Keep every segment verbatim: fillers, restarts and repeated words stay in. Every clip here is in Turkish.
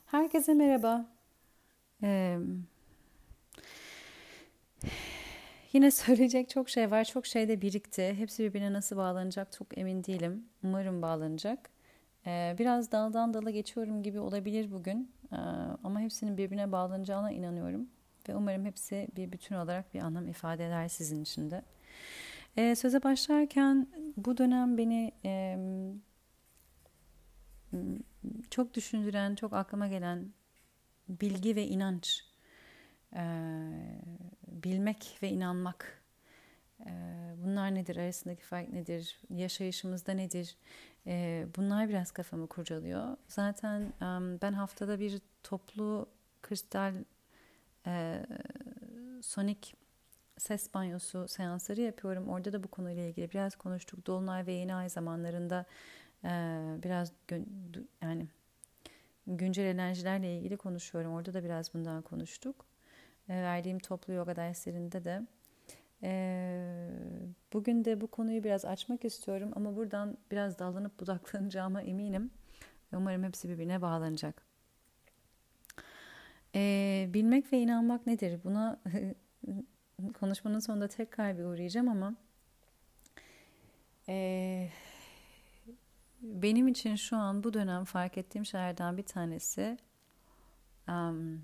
Herkese merhaba. Ee, Yine söyleyecek çok şey var. Çok şey de birikti. Hepsi birbirine nasıl bağlanacak çok emin değilim. Umarım bağlanacak. Ee, biraz daldan dala geçiyorum gibi olabilir bugün. Ee, ama hepsinin birbirine bağlanacağına inanıyorum. Ve umarım hepsi bir bütün olarak bir anlam ifade eder sizin için de. Ee, söze başlarken bu dönem beni e, çok düşündüren, çok aklıma gelen bilgi ve inanç, e, bilmek ve inanmak. Ee, Bunlar nedir? Arasındaki fark nedir? Yaşayışımızda nedir? Ee, bunlar biraz kafamı kurcalıyor. Zaten em, ben haftada bir toplu kristal e, sonik ses banyosu seansları yapıyorum. Orada da bu konuyla ilgili biraz konuştuk. Dolunay ve yeni ay zamanlarında e, biraz gün, yani güncel enerjilerle ilgili konuşuyorum. Orada da biraz bundan konuştuk. E, verdiğim toplu yoga derslerinde de. Ee, Bugün de bu konuyu biraz açmak istiyorum ama buradan biraz dallanıp budaklanacağıma eminim. Umarım hepsi birbirine bağlanacak. Ee, bilmek ve inanmak nedir? Buna konuşmanın sonunda tekrar bir uğrayacağım ama ee, benim için şu an bu dönem fark ettiğim şeylerden bir tanesi um,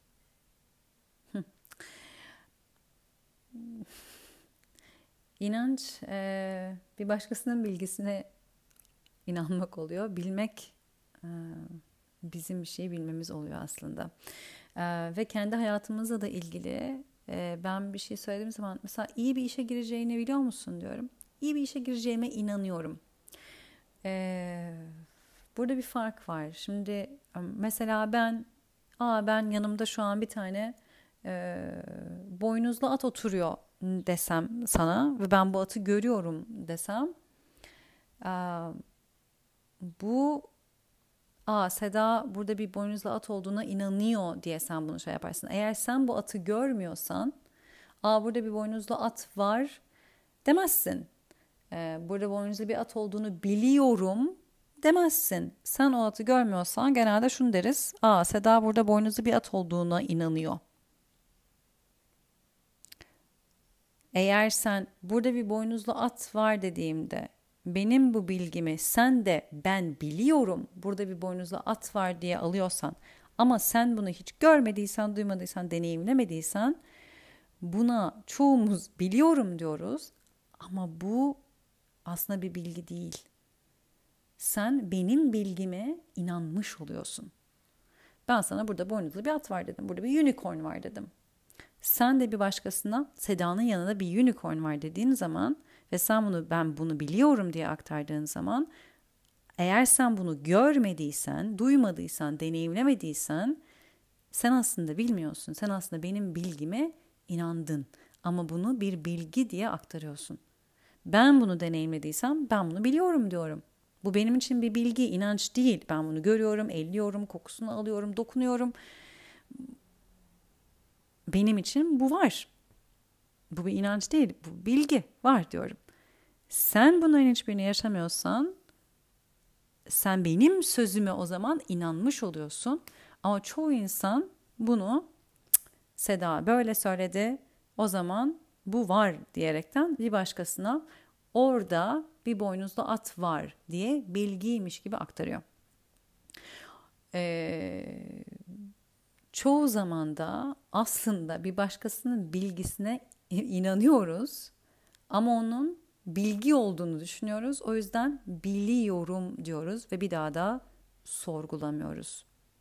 inanç ee, bir başkasının bilgisine inanmak oluyor. Bilmek ee, bizim bir şey bilmemiz oluyor aslında. Ee, ve kendi hayatımızla da ilgili e, ben bir şey söylediğim zaman mesela iyi bir işe gireceğini biliyor musun diyorum. İyi bir işe gireceğime inanıyorum. Ee, Burada bir fark var. Şimdi mesela ben aa ben yanımda şu an bir tane e, boynuzlu at oturuyor desem sana ve ben bu atı görüyorum desem aa, bu aa Seda burada bir boynuzlu at olduğuna inanıyor diye sen bunu şey yaparsın. Eğer sen bu atı görmüyorsan aa burada bir boynuzlu at var demezsin. Ee, burada boynuzlu bir at olduğunu biliyorum demezsin. Sen o atı görmüyorsan genelde şunu deriz. Aa Seda burada boynuzlu bir at olduğuna inanıyor. Eğer sen burada bir boynuzlu at var dediğimde benim bu bilgimi sen de ben biliyorum burada bir boynuzlu at var diye alıyorsan ama sen bunu hiç görmediysen, duymadıysan, deneyimlemediysen buna çoğumuz biliyorum diyoruz ama bu aslında bir bilgi değil. Sen benim bilgime inanmış oluyorsun. Ben sana burada boynuzlu bir at var dedim. Burada bir unicorn var dedim. Sen de bir başkasına Seda'nın yanında bir unicorn var dediğin zaman ve sen bunu ben bunu biliyorum diye aktardığın zaman eğer sen bunu görmediysen, duymadıysan, deneyimlemediysen sen aslında bilmiyorsun. Sen aslında benim bilgime inandın. Ama bunu bir bilgi diye aktarıyorsun. Ben bunu deneyimlediysem ben bunu biliyorum diyorum. Bu benim için bir bilgi, inanç değil. Ben bunu görüyorum, elliyorum, kokusunu alıyorum, dokunuyorum. Benim için bu var. Bu bir inanç değil, bu bilgi var diyorum. Sen bunların hiçbirini yaşamıyorsan sen benim sözüme o zaman inanmış oluyorsun. Ama çoğu insan bunu Seda böyle söyledi o zaman bu var diyerekten bir başkasına orada bir boynuzlu at var diye bilgiymiş gibi aktarıyor. Ee, Çoğu zaman da aslında bir başkasının bilgisine inanıyoruz ama onun bilgi olduğunu düşünüyoruz. O yüzden biliyorum diyoruz ve bir daha da sorgulamıyoruz.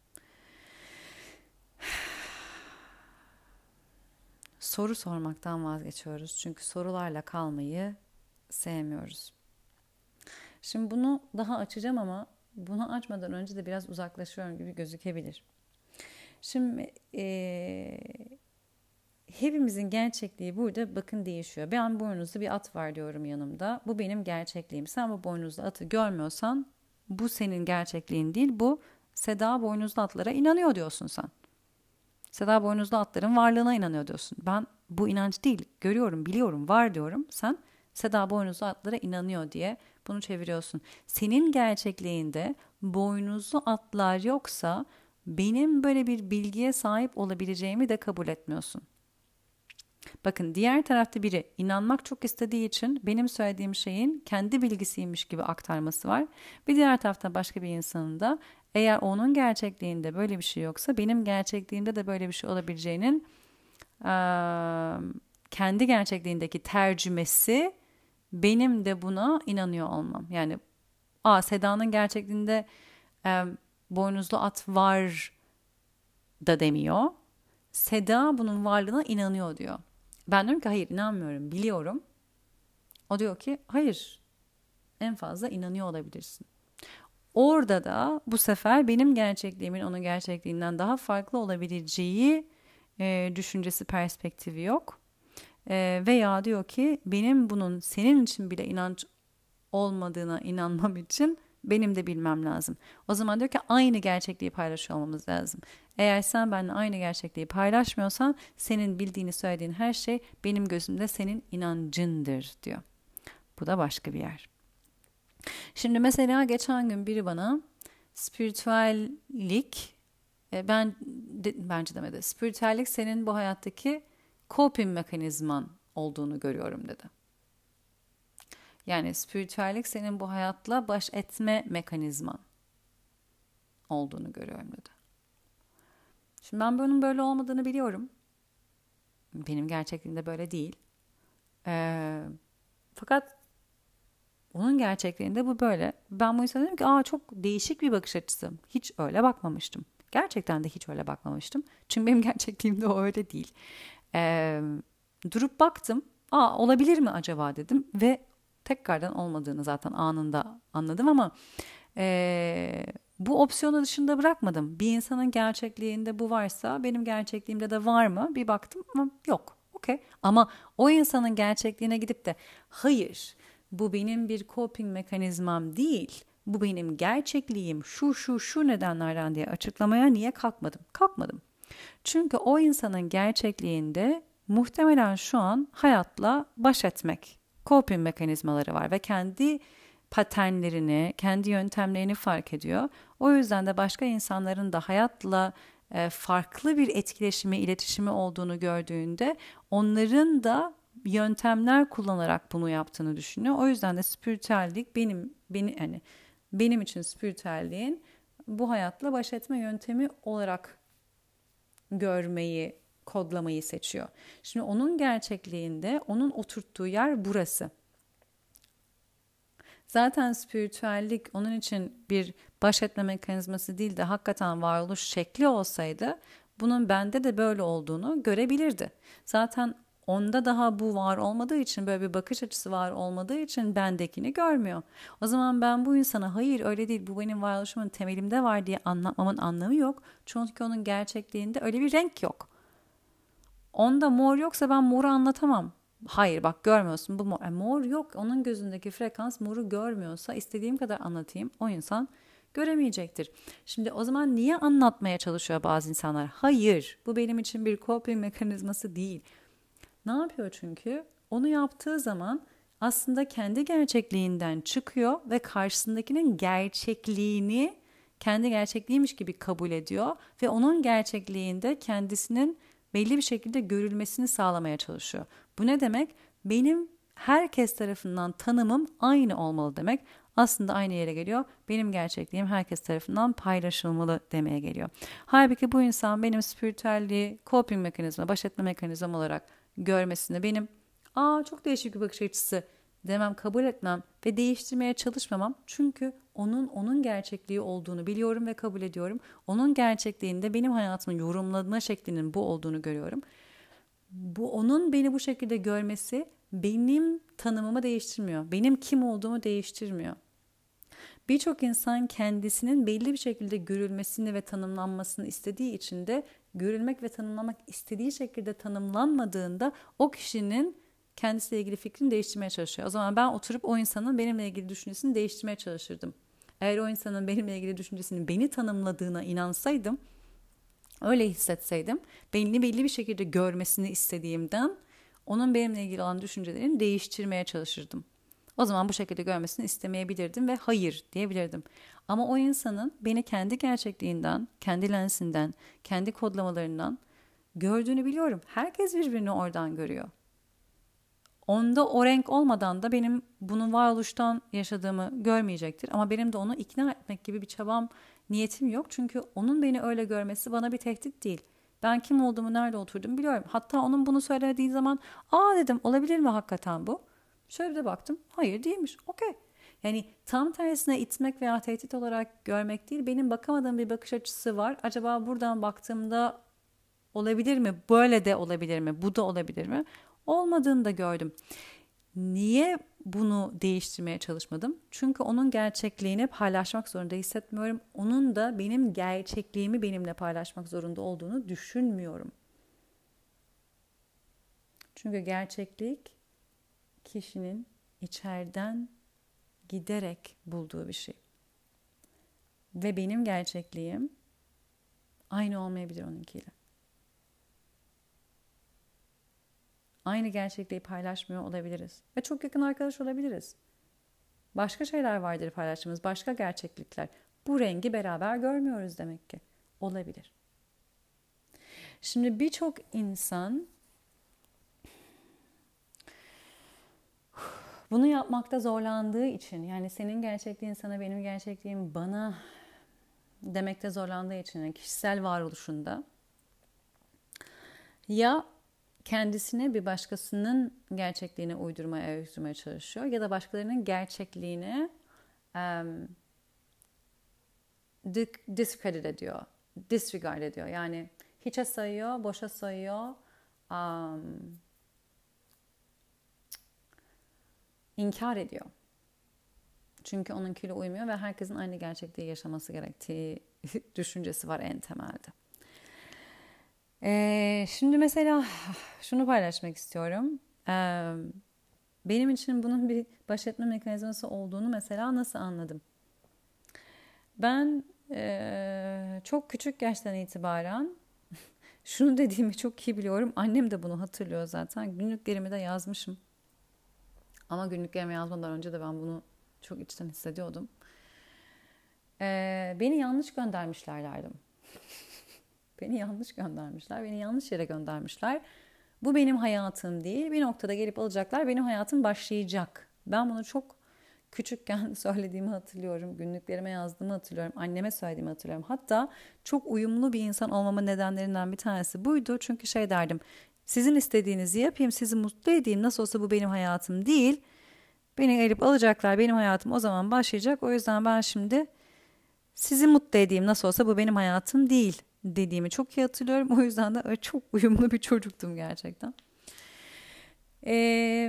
Soru sormaktan vazgeçiyoruz çünkü sorularla kalmayı sevmiyoruz. Şimdi bunu daha açacağım ama bunu açmadan önce de biraz uzaklaşıyorum gibi gözükebilir. Şimdi ee, hepimizin gerçekliği burada bakın değişiyor. Ben boynuzlu bir at var diyorum yanımda. Bu benim gerçekliğim. Sen bu boynuzlu atı görmüyorsan bu senin gerçekliğin değil. Bu Seda boynuzlu atlara inanıyor diyorsun sen. Seda boynuzlu atların varlığına inanıyor diyorsun. Ben bu inanç değil, görüyorum, biliyorum, var diyorum. Sen Seda boynuzlu atlara inanıyor diye bunu çeviriyorsun. Senin gerçekliğinde boynuzlu atlar yoksa benim böyle bir bilgiye sahip olabileceğimi de kabul etmiyorsun. Bakın, diğer tarafta biri inanmak çok istediği için benim söylediğim şeyin kendi bilgisiymiş gibi aktarması var. Bir diğer tarafta başka bir insanın da eğer onun gerçekliğinde böyle bir şey yoksa benim gerçekliğimde de böyle bir şey olabileceğinin eee, kendi gerçekliğindeki tercümesi benim de buna inanıyor olmam. Yani Aa, Seda'nın gerçekliğinde e, boynuzlu at var da demiyor. Seda bunun varlığına inanıyor diyor. Ben diyorum ki hayır, inanmıyorum, biliyorum. O diyor ki hayır, en fazla inanıyor olabilirsin. Orada da bu sefer benim gerçekliğimin onun gerçekliğinden daha farklı olabileceği e, düşüncesi, perspektifi yok. E, veya diyor ki benim bunun senin için bile inanç olmadığına inanmam için benim de bilmem lazım. O zaman diyor ki aynı gerçekliği paylaşıyor olmamız lazım. Eğer sen benimle aynı gerçekliği paylaşmıyorsan senin bildiğini söylediğin her şey benim gözümde senin inancındır diyor. Bu da başka bir yer. Şimdi mesela geçen gün biri bana spiritüellik e, ben de, bence demedi. Spiritüellik senin bu hayattaki coping mekanizman olduğunu görüyorum dedi. Yani spiritüellik senin bu hayatla baş etme mekanizman olduğunu görüyorum dedi. Şimdi ben bunun böyle olmadığını biliyorum. Benim gerçekliğimde böyle değil. Ee, fakat onun gerçekliğinde bu böyle. Ben bu insana dedim ki aa, çok değişik bir bakış açısı. Hiç öyle bakmamıştım. Gerçekten de hiç öyle bakmamıştım. Çünkü benim gerçekliğimde o öyle değil. Ee, durup baktım. Aa, olabilir mi acaba dedim ve tekrardan olmadığını zaten anında anladım ama ee, bu opsiyonu dışında bırakmadım. Bir insanın gerçekliğinde bu varsa benim gerçekliğimde de var mı? Bir baktım ama yok. Okey. Ama o insanın gerçekliğine gidip de hayır, bu benim bir coping mekanizmam değil, bu benim gerçekliğim şu şu şu nedenlerden diye açıklamaya niye kalkmadım? Kalkmadım. Çünkü o insanın gerçekliğinde muhtemelen şu an hayatla baş etmek, coping mekanizmaları var ve kendi paternlerini, kendi yöntemlerini fark ediyor. O yüzden de başka insanların da hayatla e, farklı bir etkileşimi, iletişimi olduğunu gördüğünde onların da yöntemler kullanarak bunu yaptığını düşünüyor. O yüzden de spiritüellik benim beni yani benim için spiritüelliğin bu hayatla baş etme yöntemi olarak görmeyi, kodlamayı seçiyor. Şimdi onun gerçekliğinde onun oturttuğu yer burası. Zaten spiritüellik onun için bir baş etme mekanizması değil de hakikaten varoluş şekli olsaydı bunun bende de böyle olduğunu görebilirdi. Zaten onda daha bu var olmadığı için, böyle bir bakış açısı var olmadığı için bendekini görmüyor. O zaman ben bu insana hayır öyle değil, bu benim varoluşumun temelimde var diye anlatmamın anlamı yok. Çünkü onun gerçekliğinde öyle bir renk yok. Onda mor yoksa ben moru anlatamam. Hayır bak, görmüyorsun bu mor. E, mor yok, onun gözündeki frekans moru görmüyorsa istediğim kadar anlatayım o insan göremeyecektir. Şimdi o zaman niye anlatmaya çalışıyor bazı insanlar? Hayır, bu benim için bir coping mekanizması değil. Ne yapıyor çünkü? Onu yaptığı zaman aslında kendi gerçekliğinden çıkıyor ve karşısındakinin gerçekliğini kendi gerçekliğiymiş gibi kabul ediyor ve onun gerçekliğinde kendisinin belli bir şekilde görülmesini sağlamaya çalışıyor. Bu ne demek? Benim herkes tarafından tanımım aynı olmalı demek. Aslında aynı yere geliyor. Benim gerçekliğim herkes tarafından paylaşılmalı demeye geliyor. Halbuki bu insan benim spiritüelliği coping mekanizma, baş etme mekanizmam olarak görmesini, benim aa çok değişik bir bakış açısı demem, kabul etmem ve değiştirmeye çalışmamam. Çünkü onun onun gerçekliği olduğunu biliyorum ve kabul ediyorum. Onun gerçekliğinde benim hayatımı yorumlama şeklinin bu olduğunu görüyorum. Bu onun beni bu şekilde görmesi benim tanımımı değiştirmiyor. Benim kim olduğumu değiştirmiyor. Birçok insan kendisinin belli bir şekilde görülmesini ve tanımlanmasını istediği için de görülmek ve tanımlamak istediği şekilde tanımlanmadığında o kişinin kendisiyle ilgili fikrini değiştirmeye çalışıyor. O zaman ben oturup o insanın benimle ilgili düşüncesini değiştirmeye çalışırdım. Eğer o insanın benimle ilgili düşüncesinin beni tanımladığına inansaydım, öyle hissetseydim, beni belli bir şekilde görmesini istediğimden onun benimle ilgili olan düşüncelerini değiştirmeye çalışırdım. O zaman bu şekilde görmesini istemeyebilirdim ve hayır diyebilirdim. Ama o insanın beni kendi gerçekliğinden, kendi lensinden, kendi kodlamalarından gördüğünü biliyorum. Herkes birbirini oradan görüyor. Onda o renk olmadan da benim bunun varoluştan yaşadığımı görmeyecektir. Ama benim de onu ikna etmek gibi bir çabam, niyetim yok. Çünkü onun beni öyle görmesi bana bir tehdit değil. Ben kim olduğumu, nerede oturduğumu biliyorum. Hatta onun bunu söylediği zaman, aa dedim, olabilir mi hakikaten bu? Şöyle bir de baktım, hayır değilmiş, okey. Yani tam tersine itmek veya tehdit olarak görmek değil, benim bakamadığım bir bakış açısı var. Acaba buradan baktığımda olabilir mi? Böyle de olabilir mi? Bu da olabilir mi? Olmadığını da gördüm. Niye bunu değiştirmeye çalışmadım? Çünkü onun gerçekliğini paylaşmak zorunda hissetmiyorum. Onun da benim gerçekliğimi benimle paylaşmak zorunda olduğunu düşünmüyorum. Çünkü gerçeklik kişinin içeriden giderek bulduğu bir şey. Ve benim gerçekliğim aynı olmayabilir onunkiyle. Aynı gerçekliği paylaşmıyor olabiliriz. Ve çok yakın arkadaş olabiliriz. Başka şeyler vardır paylaştığımız, başka gerçeklikler. Bu rengi beraber görmüyoruz demek ki. Olabilir. Şimdi birçok insan bunu yapmakta zorlandığı için, yani senin gerçekliğin sana, benim gerçekliğim bana demekte zorlandığı için, yani kişisel varoluşunda ya kendisine bir başkasının gerçekliğine uydurmaya, uydurmaya çalışıyor ya da başkalarının gerçekliğine um, discredit ediyor, disregard ediyor. Yani hiçe sayıyor, boşa sayıyor, um, inkar ediyor. Çünkü onunkiyle uymuyor ve herkesin aynı gerçekliği yaşaması gerektiği düşüncesi var en temelde. Ee, şimdi mesela şunu paylaşmak istiyorum. Ee, benim için bunun bir baş etme mekanizması olduğunu mesela nasıl anladım? Ben e, çok küçük yaştan itibaren şunu dediğimi çok iyi biliyorum. Annem de bunu hatırlıyor zaten. Günlüklerimi de yazmışım. Ama günlüklerimi yazmadan önce de ben bunu çok içten hissediyordum. Ee, beni yanlış göndermişler derdim. Beni yanlış göndermişler. Beni yanlış yere göndermişler. Bu benim hayatım değil. Bir noktada gelip alacaklar. Benim hayatım başlayacak. Ben bunu çok küçükken söylediğimi hatırlıyorum. Günlüklerime yazdığımı hatırlıyorum. Anneme söylediğimi hatırlıyorum. Hatta çok uyumlu bir insan olmamın nedenlerinden bir tanesi buydu. Çünkü şey derdim. Sizin istediğinizi yapayım. Sizi mutlu edeyim. Nasıl olsa bu benim hayatım değil. Beni gelip alacaklar. Benim hayatım o zaman başlayacak. O yüzden ben şimdi sizi mutlu edeyim. Nasıl olsa bu benim hayatım değil dediğimi çok iyi hatırlıyorum. O yüzden de çok uyumlu bir çocuktum gerçekten. Ee,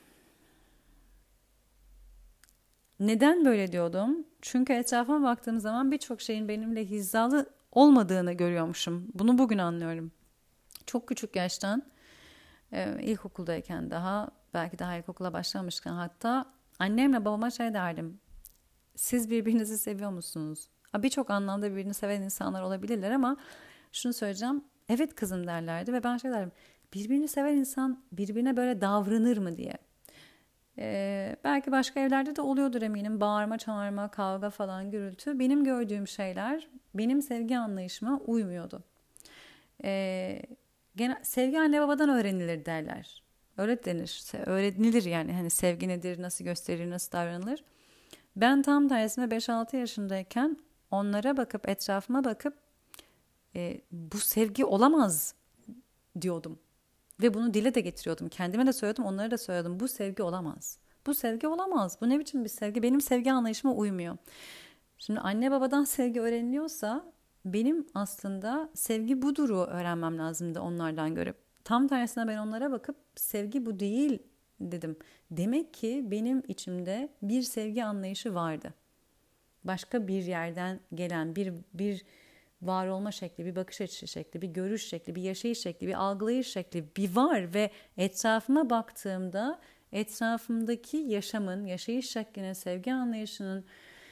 neden böyle diyordum? Çünkü etrafıma baktığım zaman birçok şeyin benimle hizalı olmadığını görüyormuşum. Bunu bugün anlıyorum. Çok küçük yaştan, e, ilkokuldayken daha, belki daha ilkokula başlamışken hatta annemle babama şey derdim. Siz birbirinizi seviyor musunuz? Birçok anlamda birbirini seven insanlar olabilirler ama şunu söyleyeceğim. Evet kızım derlerdi ve ben şey derdim. Birbirini seven insan birbirine böyle davranır mı diye. Ee, belki başka evlerde de oluyordur eminim. Bağırma, çağırma, kavga falan, gürültü. Benim gördüğüm şeyler benim sevgi anlayışıma uymuyordu. Ee, genel, sevgi anne babadan öğrenilir derler. Öyle denir. Öğrenilir yani. Hani sevgi nedir, nasıl gösterilir, nasıl davranılır. Ben tam tersine beş altı yaşındayken onlara bakıp, etrafıma bakıp e, bu sevgi olamaz diyordum. Ve bunu dile de getiriyordum. Kendime de söylüyordum, onlara da söylüyordum. Bu sevgi olamaz. Bu sevgi olamaz. Bu ne biçim bir sevgi? Benim sevgi anlayışıma uymuyor. Şimdi anne babadan sevgi öğreniliyorsa benim aslında sevgi buduru öğrenmem lazımdı onlardan görüp. Tam tersine ben onlara bakıp sevgi bu değil dedim. Demek ki benim içimde bir sevgi anlayışı vardı. Başka bir yerden gelen bir bir var olma şekli, bir bakış açısı şekli, bir görüş şekli, bir yaşayış şekli, bir algılayış şekli bir var ve etrafıma baktığımda etrafımdaki yaşamın, yaşayış şeklinin, sevgi anlayışının,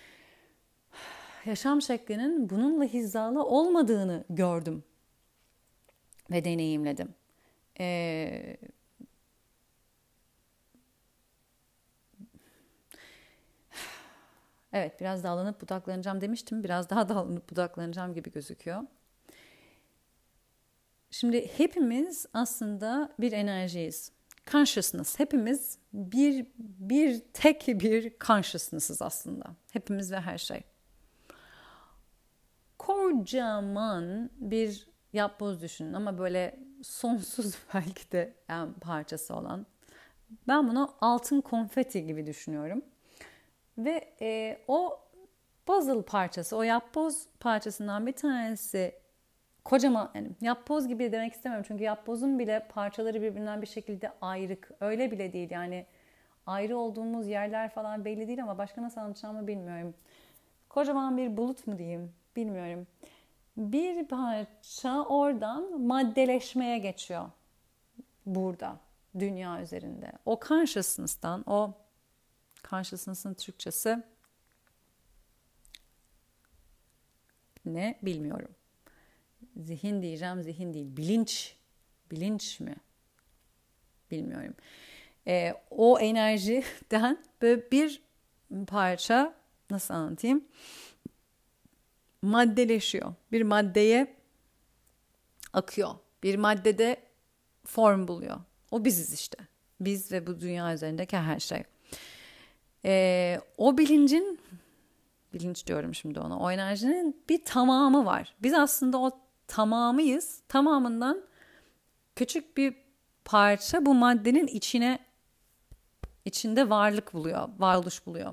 yaşam şeklinin bununla hizalı olmadığını gördüm ve deneyimledim. Ee, Evet, biraz dallanıp budaklanacağım demiştim. Biraz daha dallanıp budaklanacağım gibi gözüküyor. Şimdi hepimiz aslında bir enerjiyiz. Consciousness. Hepimiz bir bir tek bir consciousness'ız aslında. Hepimiz ve her şey. Kocaman bir yapboz düşünün ama böyle sonsuz belki de yani parçası olan. Ben bunu altın konfeti gibi düşünüyorum. Ve e, o puzzle parçası, o yapboz parçasından bir tanesi kocaman, yani yapboz gibi demek istemiyorum. Çünkü yapbozun bile parçaları birbirinden bir şekilde ayrık. Öyle bile değil yani, ayrı olduğumuz yerler falan belli değil ama başka nasıl anlatacağımı bilmiyorum. Kocaman bir bulut mu diyeyim bilmiyorum. Bir parça oradan maddeleşmeye geçiyor burada, dünya üzerinde. O consciousness'tan, o consciousness'ın Türkçesi ne bilmiyorum. Zihin diyeceğim, zihin değil. Bilinç, bilinç mi? Bilmiyorum. Ee, o enerjiden böyle bir parça, nasıl anlatayım? Maddeleşiyor. Bir maddeye akıyor. Bir maddede form buluyor. O biziz işte. Biz ve bu dünya üzerindeki her şey. Ee, o bilincin, bilinç diyorum şimdi ona, o enerjinin bir tamamı var. Biz aslında o tamamıyız. Tamamından küçük bir parça bu maddenin içine, içinde varlık buluyor, varoluş buluyor.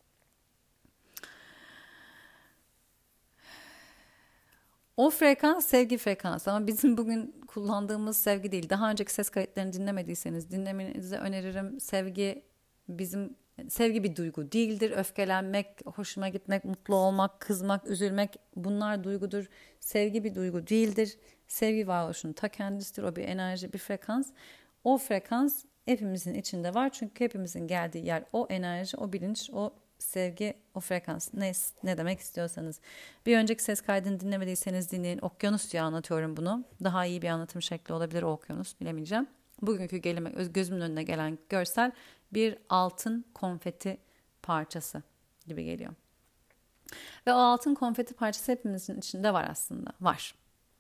O frekans sevgi frekansı ama bizim bugün kullandığımız sevgi değil. Daha önceki ses kayıtlarını dinlemediyseniz dinlemenizi öneririm. Sevgi bizim sevgi bir duygu değildir. Öfkelenmek, hoşuma gitmek, mutlu olmak, kızmak, üzülmek, bunlar duygudur. Sevgi bir duygu değildir. Sevgi varoluşun ta kendisidir. O bir enerji, bir frekans. O frekans hepimizin içinde var. Çünkü hepimizin geldiği yer o enerji, o bilinç, o sevgi, o frekans. Ne, ne demek istiyorsanız. Bir önceki ses kaydını dinlemediyseniz dinleyin. Okyanus diye anlatıyorum bunu. Daha iyi bir anlatım şekli olabilir o okyanus, bilemeyeceğim. Bugünkü gelime, gözümün önüne gelen görsel bir altın konfeti parçası gibi geliyor. Ve o altın konfeti parçası hepimizin içinde var aslında. Var.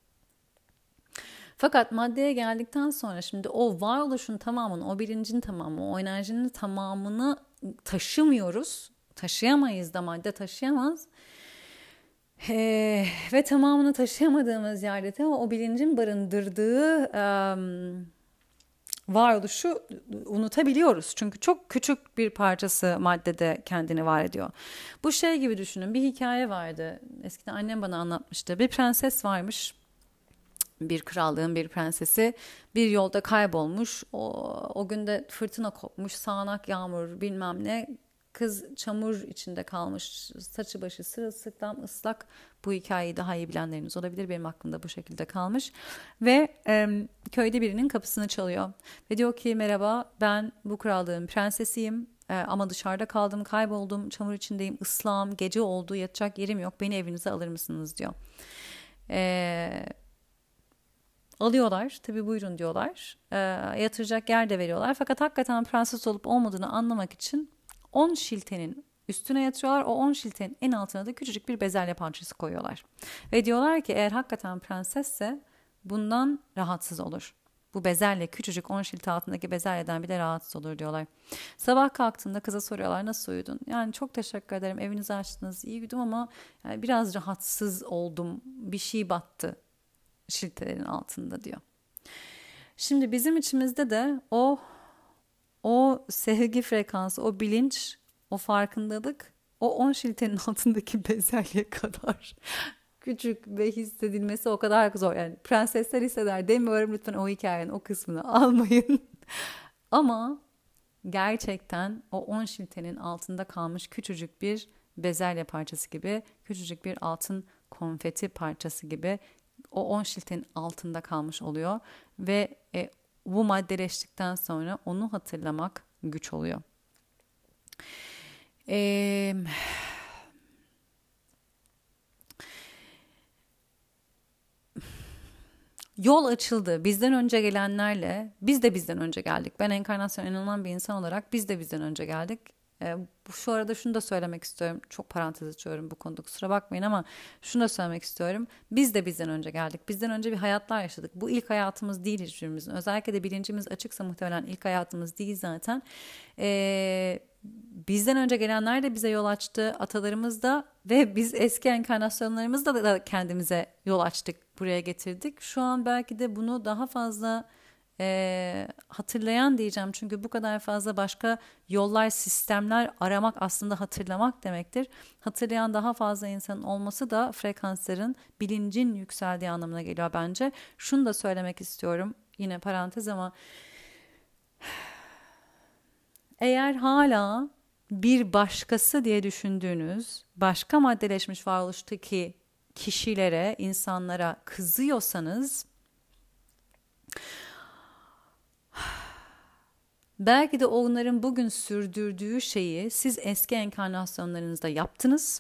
Fakat maddeye geldikten sonra şimdi o varoluşun tamamını, o bilincin tamamını, o enerjinin tamamını taşımıyoruz. Taşıyamayız da, madde taşıyamaz. Ee, ve tamamını taşıyamadığımız yerde de o bilincin barındırdığı um, varoluşu unutabiliyoruz. Çünkü çok küçük bir parçası maddede kendini var ediyor. Bu şey gibi düşünün, bir hikaye vardı. Eskiden annem bana anlatmıştı. Bir prenses varmış. Bir krallığın bir prensesi bir yolda kaybolmuş. O, o günde fırtına kopmuş, sağanak yağmur bilmem ne. Kız çamur içinde kalmış, saçı başı sırılsıklam, ıslak. Bu hikayeyi daha iyi bilenleriniz olabilir. Benim aklımda bu şekilde kalmış. Ve e, köyde birinin kapısını çalıyor. Ve diyor ki merhaba, ben bu krallığın prensesiyim. E, ama dışarıda kaldım, kayboldum, çamur içindeyim, ıslağım, gece oldu, yatacak yerim yok. Beni evinize alır mısınız diyor. Eee... Alıyorlar. Tabii buyurun diyorlar. E, yatıracak yer de veriyorlar. Fakat hakikaten prenses olup olmadığını anlamak için on şiltenin üstüne yatırıyorlar. O on şiltenin en altına da küçücük bir bezelye parçası koyuyorlar. Ve diyorlar ki eğer hakikaten prensesse bundan rahatsız olur. Bu bezelye, küçücük on şilte altındaki bezelyeden bile rahatsız olur diyorlar. Sabah kalktığında kıza soruyorlar nasıl uyudun? Yani çok teşekkür ederim, evinizi açtınız, iyi uyudum ama yani biraz rahatsız oldum, bir şey battı şiltelerin altında diyor. Şimdi bizim içimizde de o o sevgi frekansı, o bilinç, o farkındalık, o on şiltenin altındaki bezelye kadar küçük ve hissedilmesi o kadar zor. Yani prensesler hisseder demiyorum, lütfen o hikayenin o kısmını almayın. Ama gerçekten o on şiltenin altında kalmış küçücük bir bezelye parçası gibi, küçücük bir altın konfeti parçası gibi o on şiltenin altında kalmış oluyor ve e, bu maddeleştikten sonra onu hatırlamak güç oluyor. Ee, yol açıldı. Bizden önce gelenlerle biz de bizden önce geldik. Ben enkarnasyona inanan bir insan olarak biz de bizden önce geldik. E, bu, şu arada şunu da söylemek istiyorum. Çok parantez açıyorum bu konuda, kusura bakmayın, ama şunu da söylemek istiyorum. Biz de bizden önce geldik. Bizden önce bir hayatlar yaşadık. Bu ilk hayatımız değil hiçbirimizin. Özellikle de bilincimiz açıksa muhtemelen ilk hayatımız değil zaten. E, bizden önce gelenler de bize yol açtı. Atalarımız da ve biz eski enkarnasyonlarımızda da, da kendimize yol açtık. Buraya getirdik. Şu an belki de bunu daha fazla e, hatırlayan diyeceğim. Çünkü bu kadar fazla başka yollar, sistemler aramak aslında hatırlamak demektir. Hatırlayan daha fazla insanın olması da frekansların, bilincin yükseldiği anlamına geliyor bence. Şunu da söylemek istiyorum. Yine parantez ama eğer hala bir başkası diye düşündüğünüz başka maddeleşmiş varoluştaki kişilere, insanlara kızıyorsanız, belki de onların bugün sürdürdüğü şeyi siz eski enkarnasyonlarınızda yaptınız.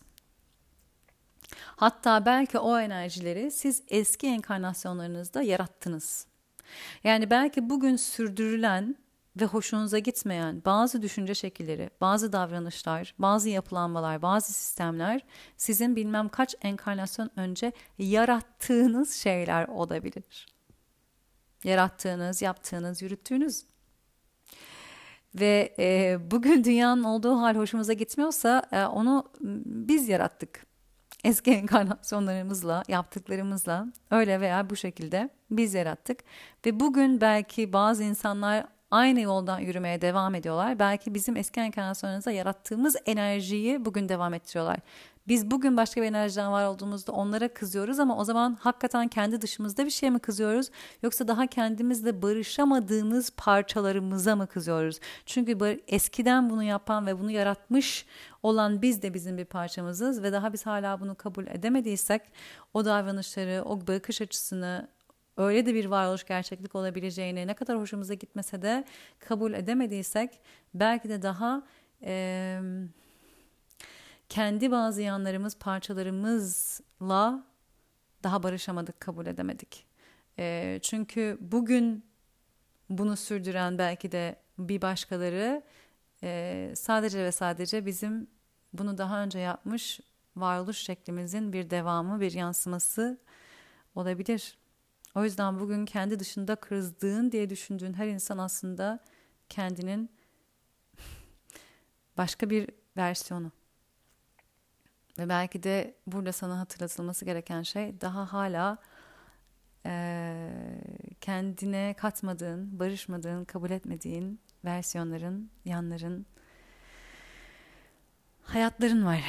Hatta belki o enerjileri siz eski enkarnasyonlarınızda yarattınız. Yani belki bugün sürdürülen ve hoşunuza gitmeyen bazı düşünce şekilleri, bazı davranışlar, bazı yapılanmalar, bazı sistemler sizin bilmem kaç enkarnasyon önce yarattığınız şeyler olabilir. Yarattığınız, yaptığınız, yürüttüğünüz. Ve e, bugün dünyanın olduğu hal hoşumuza gitmiyorsa e, onu biz yarattık. Eski enkarnasyonlarımızla, yaptıklarımızla, öyle veya bu şekilde biz yarattık. Ve bugün belki bazı insanlar aynı yoldan yürümeye devam ediyorlar. Belki bizim eski enkarnasyonlarımızda yarattığımız enerjiyi bugün devam ettiriyorlar. Biz bugün başka bir enerjiden var olduğumuzda onlara kızıyoruz ama o zaman hakikaten kendi dışımızda bir şey mi kızıyoruz? Yoksa daha kendimizle barışamadığımız parçalarımıza mı kızıyoruz? Çünkü eskiden bunu yapan ve bunu yaratmış olan biz de bizim bir parçamızız ve daha biz hala bunu kabul edemediysek o davranışları, o bakış açısını, öyle de bir varoluş gerçeklik olabileceğini ne kadar hoşumuza gitmese de kabul edemediysek belki de daha e, kendi bazı yanlarımız, parçalarımızla daha barışamadık, kabul edemedik. E, çünkü bugün bunu sürdüren belki de bir başkaları e, sadece ve sadece bizim bunu daha önce yapmış varoluş şeklimizin bir devamı, bir yansıması olabilir. O yüzden bugün kendi dışında kızdığın diye düşündüğün her insan aslında kendinin başka bir versiyonu. Ve belki de burada sana hatırlatılması gereken şey daha hala e, kendine katmadığın, barışmadığın, kabul etmediğin versiyonların, yanların, hayatların var.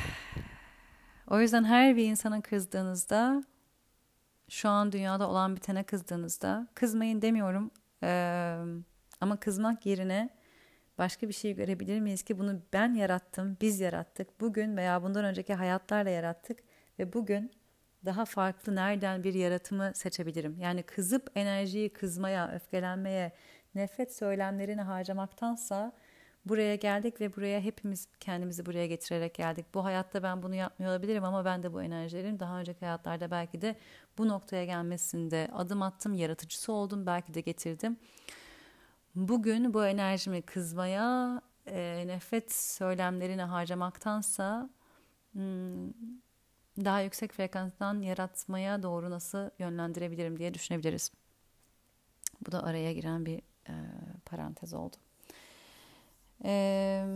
O yüzden her bir insana kızdığınızda, şu an dünyada olan bitene kızdığınızda, kızmayın demiyorum ee, ama kızmak yerine başka bir şey görebilir miyiz ki bunu ben yarattım, biz yarattık, bugün veya bundan önceki hayatlarla yarattık ve bugün daha farklı nereden bir yaratımı seçebilirim? Yani kızıp enerjiyi kızmaya, öfkelenmeye, nefret söylemlerini harcamaktansa buraya geldik ve buraya hepimiz kendimizi buraya getirerek geldik. Bu hayatta ben bunu yapmıyor olabilirim ama ben de bu enerjilerin daha önceki hayatlarda belki de bu noktaya gelmesinde adım attım, yaratıcısı oldum, belki de getirdim. Bugün bu enerjimi kızmaya, e, nefret söylemlerini harcamaktansa hmm, daha yüksek frekanstan yaratmaya doğru nasıl yönlendirebilirim diye düşünebiliriz. Bu da araya giren bir e, parantez oldu. Ee,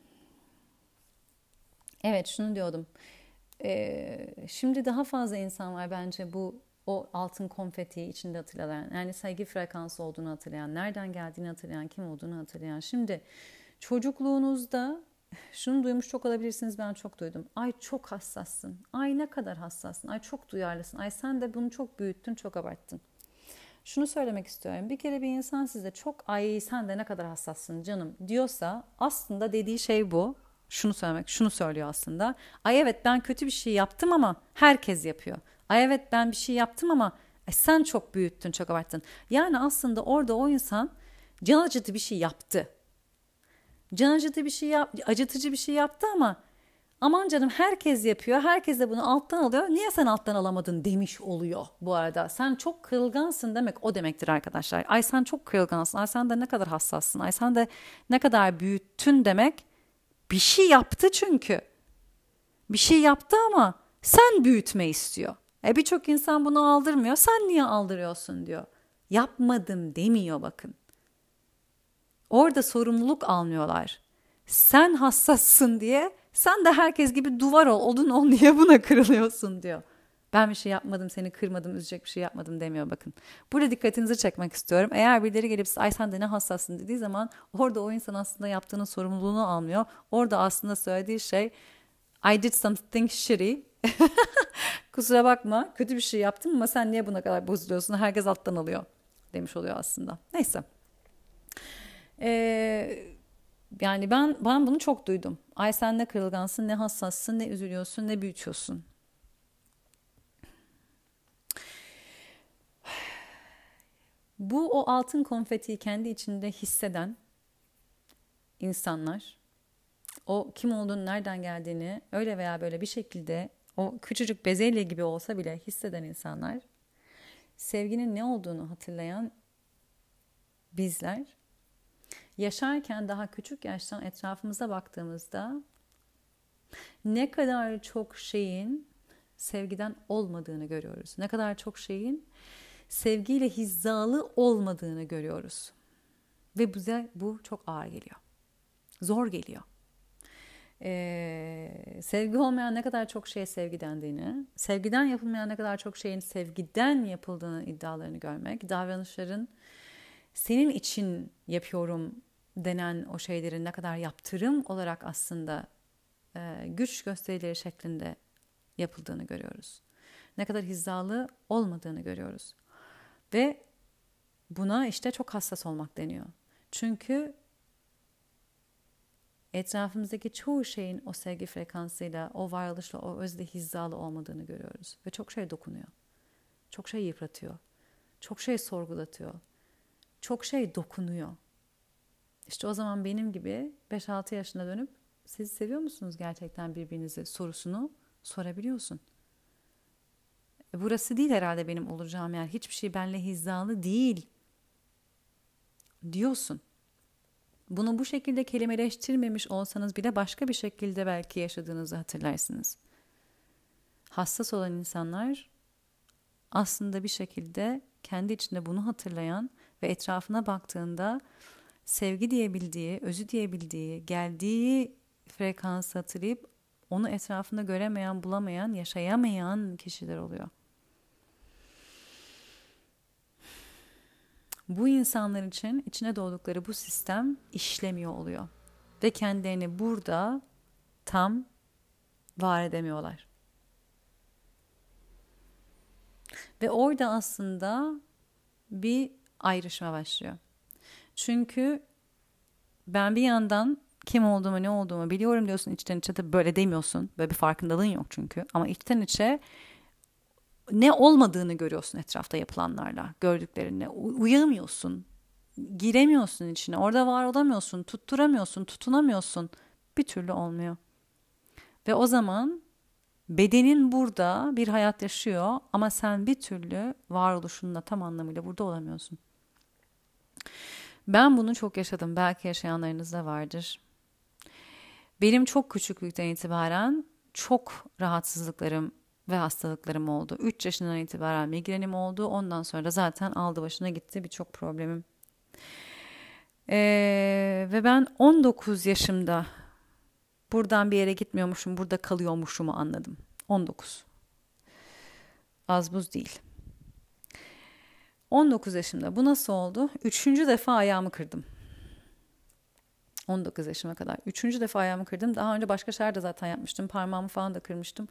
evet şunu diyordum. Ee, şimdi daha fazla insan var bence bu o altın konfetiyi içinde hatırlayan, yani sevgi frekansı olduğunu hatırlayan, nereden geldiğini hatırlayan, kim olduğunu hatırlayan. Şimdi çocukluğunuzda şunu duymuş çok olabilirsiniz, ben çok duydum. Ay çok hassassın, ay ne kadar hassassın, ay çok duyarlısın, ay sen de bunu çok büyüttün, çok abarttın. Şunu söylemek istiyorum. Bir kere bir insan size çok ay sen de ne kadar hassassın canım diyorsa aslında dediği şey bu. Şunu söylemek, şunu söylüyor aslında. Ay evet ben kötü bir şey yaptım ama herkes yapıyor. Ay evet ben bir şey yaptım ama e, sen çok büyüttün, çok abarttın. Yani aslında orada o insan can acıtıcı bir şey yaptı. Can acıtıcı bir şey yap, acıtıcı bir şey yaptı ama aman canım herkes yapıyor. Herkes de bunu alttan alıyor. Niye sen alttan alamadın demiş oluyor bu arada. Sen çok kırılgansın demek o demektir arkadaşlar. Ay sen çok kırılgansın. Ay sen de ne kadar hassassın. Ay sen de ne kadar büyüttün demek Bir şey yaptı çünkü. Bir şey yaptı ama sen büyütme istiyor. E birçok insan bunu aldırmıyor. Sen niye aldırıyorsun diyor. Yapmadım demiyor bakın. Orada sorumluluk almıyorlar. Sen hassassın diye sen de herkes gibi duvar ol, odun ol diye buna kırılıyorsun diyor. Ben bir şey yapmadım, seni kırmadım, üzecek bir şey yapmadım demiyor bakın. Burada dikkatinizi çekmek istiyorum. Eğer birileri gelip ay sen de ne hassassın dediği zaman orada o insan aslında yaptığının sorumluluğunu almıyor. Orada aslında söylediği şey I did something shitty. Kusura bakma, kötü bir şey yaptım ama sen niye buna kadar bozuluyorsun? Herkes alttan alıyor demiş oluyor aslında. Neyse. Ee, yani ben ben bunu çok duydum. Ay sen ne kırılgansın, ne hassassın, ne üzülüyorsun, ne büyütüyorsun. Bu o altın konfetiyi kendi içinde hisseden insanlar, o kim olduğunu, nereden geldiğini öyle veya böyle bir şekilde o küçücük bezelye gibi olsa bile hisseden insanlar, sevginin ne olduğunu hatırlayan bizler, yaşarken daha küçük yaştan etrafımıza baktığımızda ne kadar çok şeyin sevgiden olmadığını görüyoruz. Ne kadar çok şeyin sevgiyle hizalı olmadığını görüyoruz. Ve bize bu çok ağır geliyor. Zor geliyor. Ee, sevgi olmayan ne kadar çok şeye sevgi dendiğini, sevgiden yapılmayan ne kadar çok şeyin sevgiden yapıldığını iddialarını görmek, davranışların senin için yapıyorum denen o şeylerin ne kadar yaptırım olarak aslında e, güç gösterileri şeklinde yapıldığını görüyoruz. Ne kadar hizalı olmadığını görüyoruz. Ve buna işte çok hassas olmak deniyor. Çünkü etrafımızdaki çoğu şeyin o sevgi frekansıyla, o varoluşla, o özde hizalı olmadığını görüyoruz. Ve çok şey dokunuyor. Çok şey yıpratıyor. Çok şey sorgulatıyor. Çok şey dokunuyor. İşte o zaman benim gibi beş altı yaşına dönüp siz seviyor musunuz gerçekten birbirinizi sorusunu sorabiliyorsun. E burası değil herhalde benim olacağım yer. Hiçbir şey benimle hizalı değil diyorsun. Bunu bu şekilde kelimeleştirmemiş olsanız bile başka bir şekilde belki yaşadığınızı hatırlarsınız. Hassas olan insanlar aslında bir şekilde kendi içinde bunu hatırlayan ve etrafına baktığında sevgi diyebildiği, özü diyebildiği, geldiği frekansı hatırlayıp onu etrafında göremeyen, bulamayan, yaşayamayan kişiler oluyor. Bu insanlar için içine doğdukları bu sistem işlemiyor oluyor. Ve kendilerini burada tam var edemiyorlar. Ve orada aslında bir ayrışma başlıyor. Çünkü ben bir yandan kim olduğumu, ne olduğumu biliyorum diyorsun, içten içe de böyle demiyorsun. Böyle bir farkındalığın yok çünkü. Ama içten içe ne olmadığını görüyorsun etrafta yapılanlarla, gördüklerine. Uyamıyorsun, giremiyorsun içine. Orada var olamıyorsun, tutturamıyorsun, tutunamıyorsun. Bir türlü olmuyor. Ve o zaman bedenin burada bir hayat yaşıyor ama sen bir türlü varoluşunla tam anlamıyla burada olamıyorsun. Ben bunu çok yaşadım. Belki yaşayanlarınız da vardır. Benim çok küçüklükten itibaren çok rahatsızlıklarım ve hastalıklarım oldu. üç yaşından itibaren migrenim oldu. Ondan sonra zaten aldı başına gitti birçok problemim. Ee, ve ben on dokuz yaşımda buradan bir yere gitmiyormuşum, burada kalıyormuşumu anladım. on dokuz. Az buz değil. on dokuz yaşımda. Bu nasıl oldu? Üçüncü defa ayağımı kırdım. on dokuz yaşıma kadar. Üçüncü defa ayağımı kırdım. Daha önce başka şeyler de zaten yapmıştım. Parmağımı falan da kırmıştım.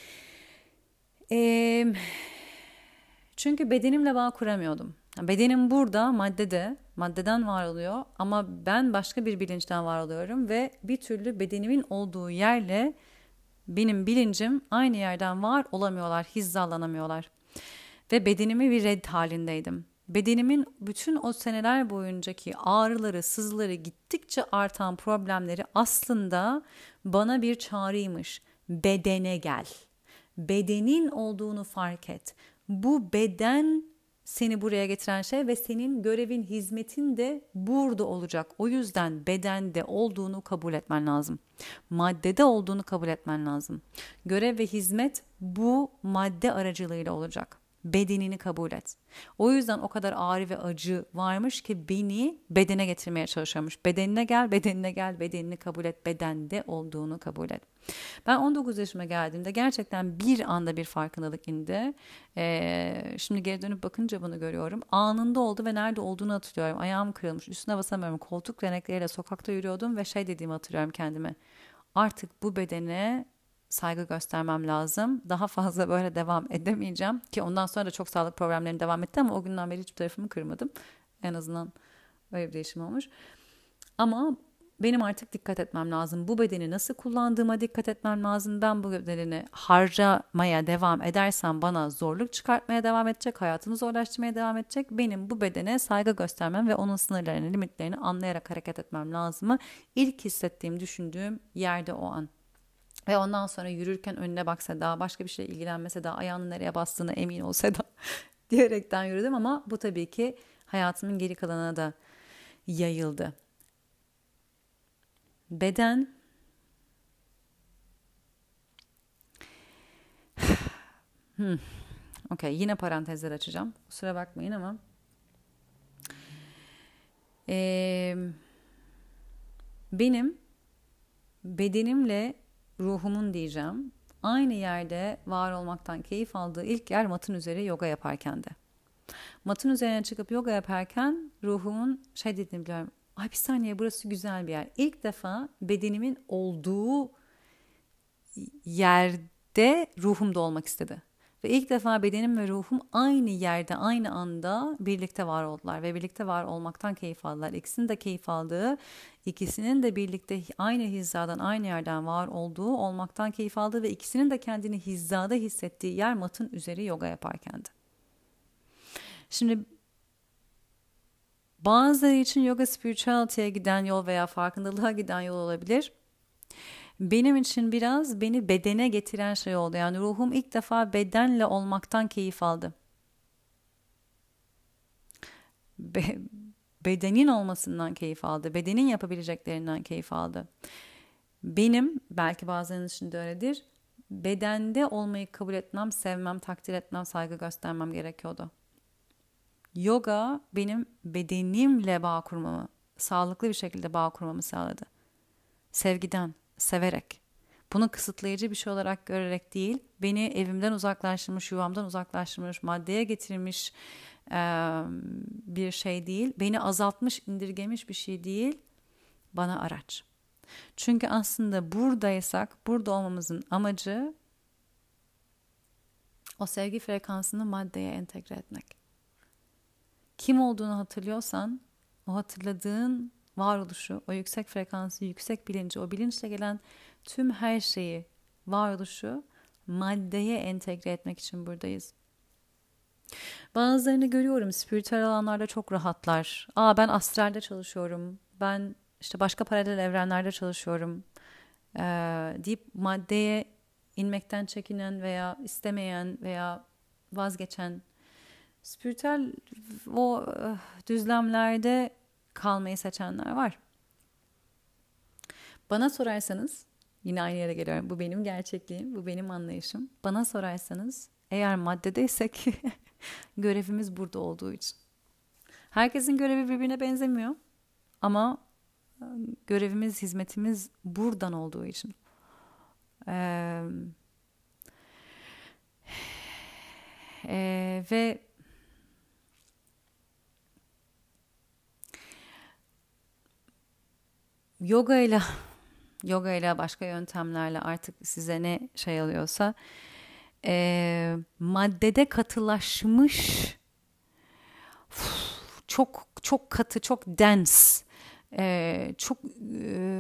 Ee, çünkü bedenimle bağ kuramıyordum. Bedenim burada, maddede, maddeden var oluyor. Ama ben başka bir bilinçten var oluyorum. Ve bir türlü bedenimin olduğu yerle benim bilincim aynı yerden var olamıyorlar, hizalanamıyorlar. Ve bedenimi bir red halindeydim. Bedenimin bütün o seneler boyuncaki ağrıları, sızıları, gittikçe artan problemleri aslında bana bir çağrıymış. Bedene gel. Bedenin olduğunu fark et. Bu beden seni buraya getiren şey ve senin görevin, hizmetin de burada olacak. O yüzden bedende olduğunu kabul etmen lazım. Maddede olduğunu kabul etmen lazım. Görev ve hizmet bu madde aracılığıyla olacak. Bedenini kabul et. O yüzden o kadar ağrı ve acı varmış ki beni bedene getirmeye çalışıyormuş. Bedenine gel, bedenine gel, bedenini kabul et, bedende olduğunu kabul et. Ben on dokuz yaşıma geldiğimde gerçekten bir anda bir farkındalık indi. Ee, şimdi geri dönüp bakınca bunu görüyorum. Anında oldu ve nerede olduğunu hatırlıyorum. Ayağım kırılmış, üstüne basamıyorum. Koltuk renekleriyle sokakta yürüyordum ve şey dediğimi hatırlıyorum kendime. Artık bu bedene saygı göstermem lazım. Daha fazla böyle devam edemeyeceğim ki ondan sonra da çok sağlık problemlerim devam etti ama o günden beri hiçbir tarafımı kırmadım. En azından öyle bir değişim olmuş. Ama benim artık dikkat etmem lazım. Bu bedeni nasıl kullandığıma dikkat etmem lazım. Ben bu bedeni harcamaya devam edersem bana zorluk çıkartmaya devam edecek, hayatımı zorlaştırmaya devam edecek. Benim bu bedene saygı göstermem ve onun sınırlarını, limitlerini anlayarak hareket etmem lazımı ilk hissettiğim, düşündüğüm yerde o an. Ve ondan sonra yürürken önüne baksa da, başka bir şeyle ilgilenmese de, ayağını nereye bastığına emin olsa da diyerekten yürüdüm ama bu tabii ki hayatımın geri kalanına da yayıldı. Beden hmm. Okey, yine parantezler açacağım. Kusura bakmayın ama ee, benim bedenimle ruhumun diyeceğim aynı yerde var olmaktan keyif aldığı ilk yer matın üzeri yoga yaparken de. Matın üzerine çıkıp yoga yaparken ruhumun şey dediğini biliyorum. Ay bir saniye, burası güzel bir yer. İlk defa bedenimin olduğu yerde ruhum da olmak istedi. Ve ilk defa bedenim ve ruhum aynı yerde, aynı anda birlikte var oldular. Ve birlikte var olmaktan keyif aldılar. İkisinin de keyif aldığı, ikisinin de birlikte aynı hizadan, aynı yerden var olduğu, olmaktan keyif aldığı ve ikisinin de kendini hizada hissettiği yer matın üzeri yoga yaparkendi. Şimdi bazıları için yoga spirituality'ye giden yol veya farkındalığa giden yol olabilir. Benim için biraz beni bedene getiren şey oldu. Yani ruhum ilk defa bedenle olmaktan keyif aldı. Be- bedenin olmasından keyif aldı. Bedenin yapabileceklerinden keyif aldı. Benim, belki bazılarının için de öyledir, bedende olmayı kabul etmem, sevmem, takdir etmem, saygı göstermem gerekiyordu. Yoga benim bedenimle bağ kurmamı, sağlıklı bir şekilde bağ kurmamı sağladı. Sevgiden, severek. Bunu kısıtlayıcı bir şey olarak görerek değil, beni evimden uzaklaştırmış, yuvamdan uzaklaştırmış, maddeye getirmiş e, bir şey değil. Beni azaltmış, indirgemiş bir şey değil, bana araç. Çünkü aslında buradaysak, burada olmamızın amacı o sevgi frekansını maddeye entegre etmek. Kim olduğunu hatırlıyorsan, o hatırladığın varoluşu, o yüksek frekansı, yüksek bilinci, o bilinçle gelen tüm her şeyi, varoluşu maddeye entegre etmek için buradayız. Bazılarını görüyorum, spiritüel alanlarda çok rahatlar. Aa, ben astralde çalışıyorum, ben işte başka paralel evrenlerde çalışıyorum ee, deyip maddeye inmekten çekinen veya istemeyen veya vazgeçen, spiritüel o düzlemlerde kalmayı seçenler var. Bana sorarsanız, yine aynı yere geliyorum. Bu benim gerçekliğim, bu benim anlayışım. Bana sorarsanız, eğer maddedeysek görevimiz burada olduğu için. Herkesin görevi birbirine benzemiyor. Ama görevimiz, hizmetimiz buradan olduğu için. Ee, e, ve yoga ile yoga ile başka yöntemlerle artık size ne şey alıyorsa e, maddede katılaşmış, çok çok katı, çok dense, e, çok e,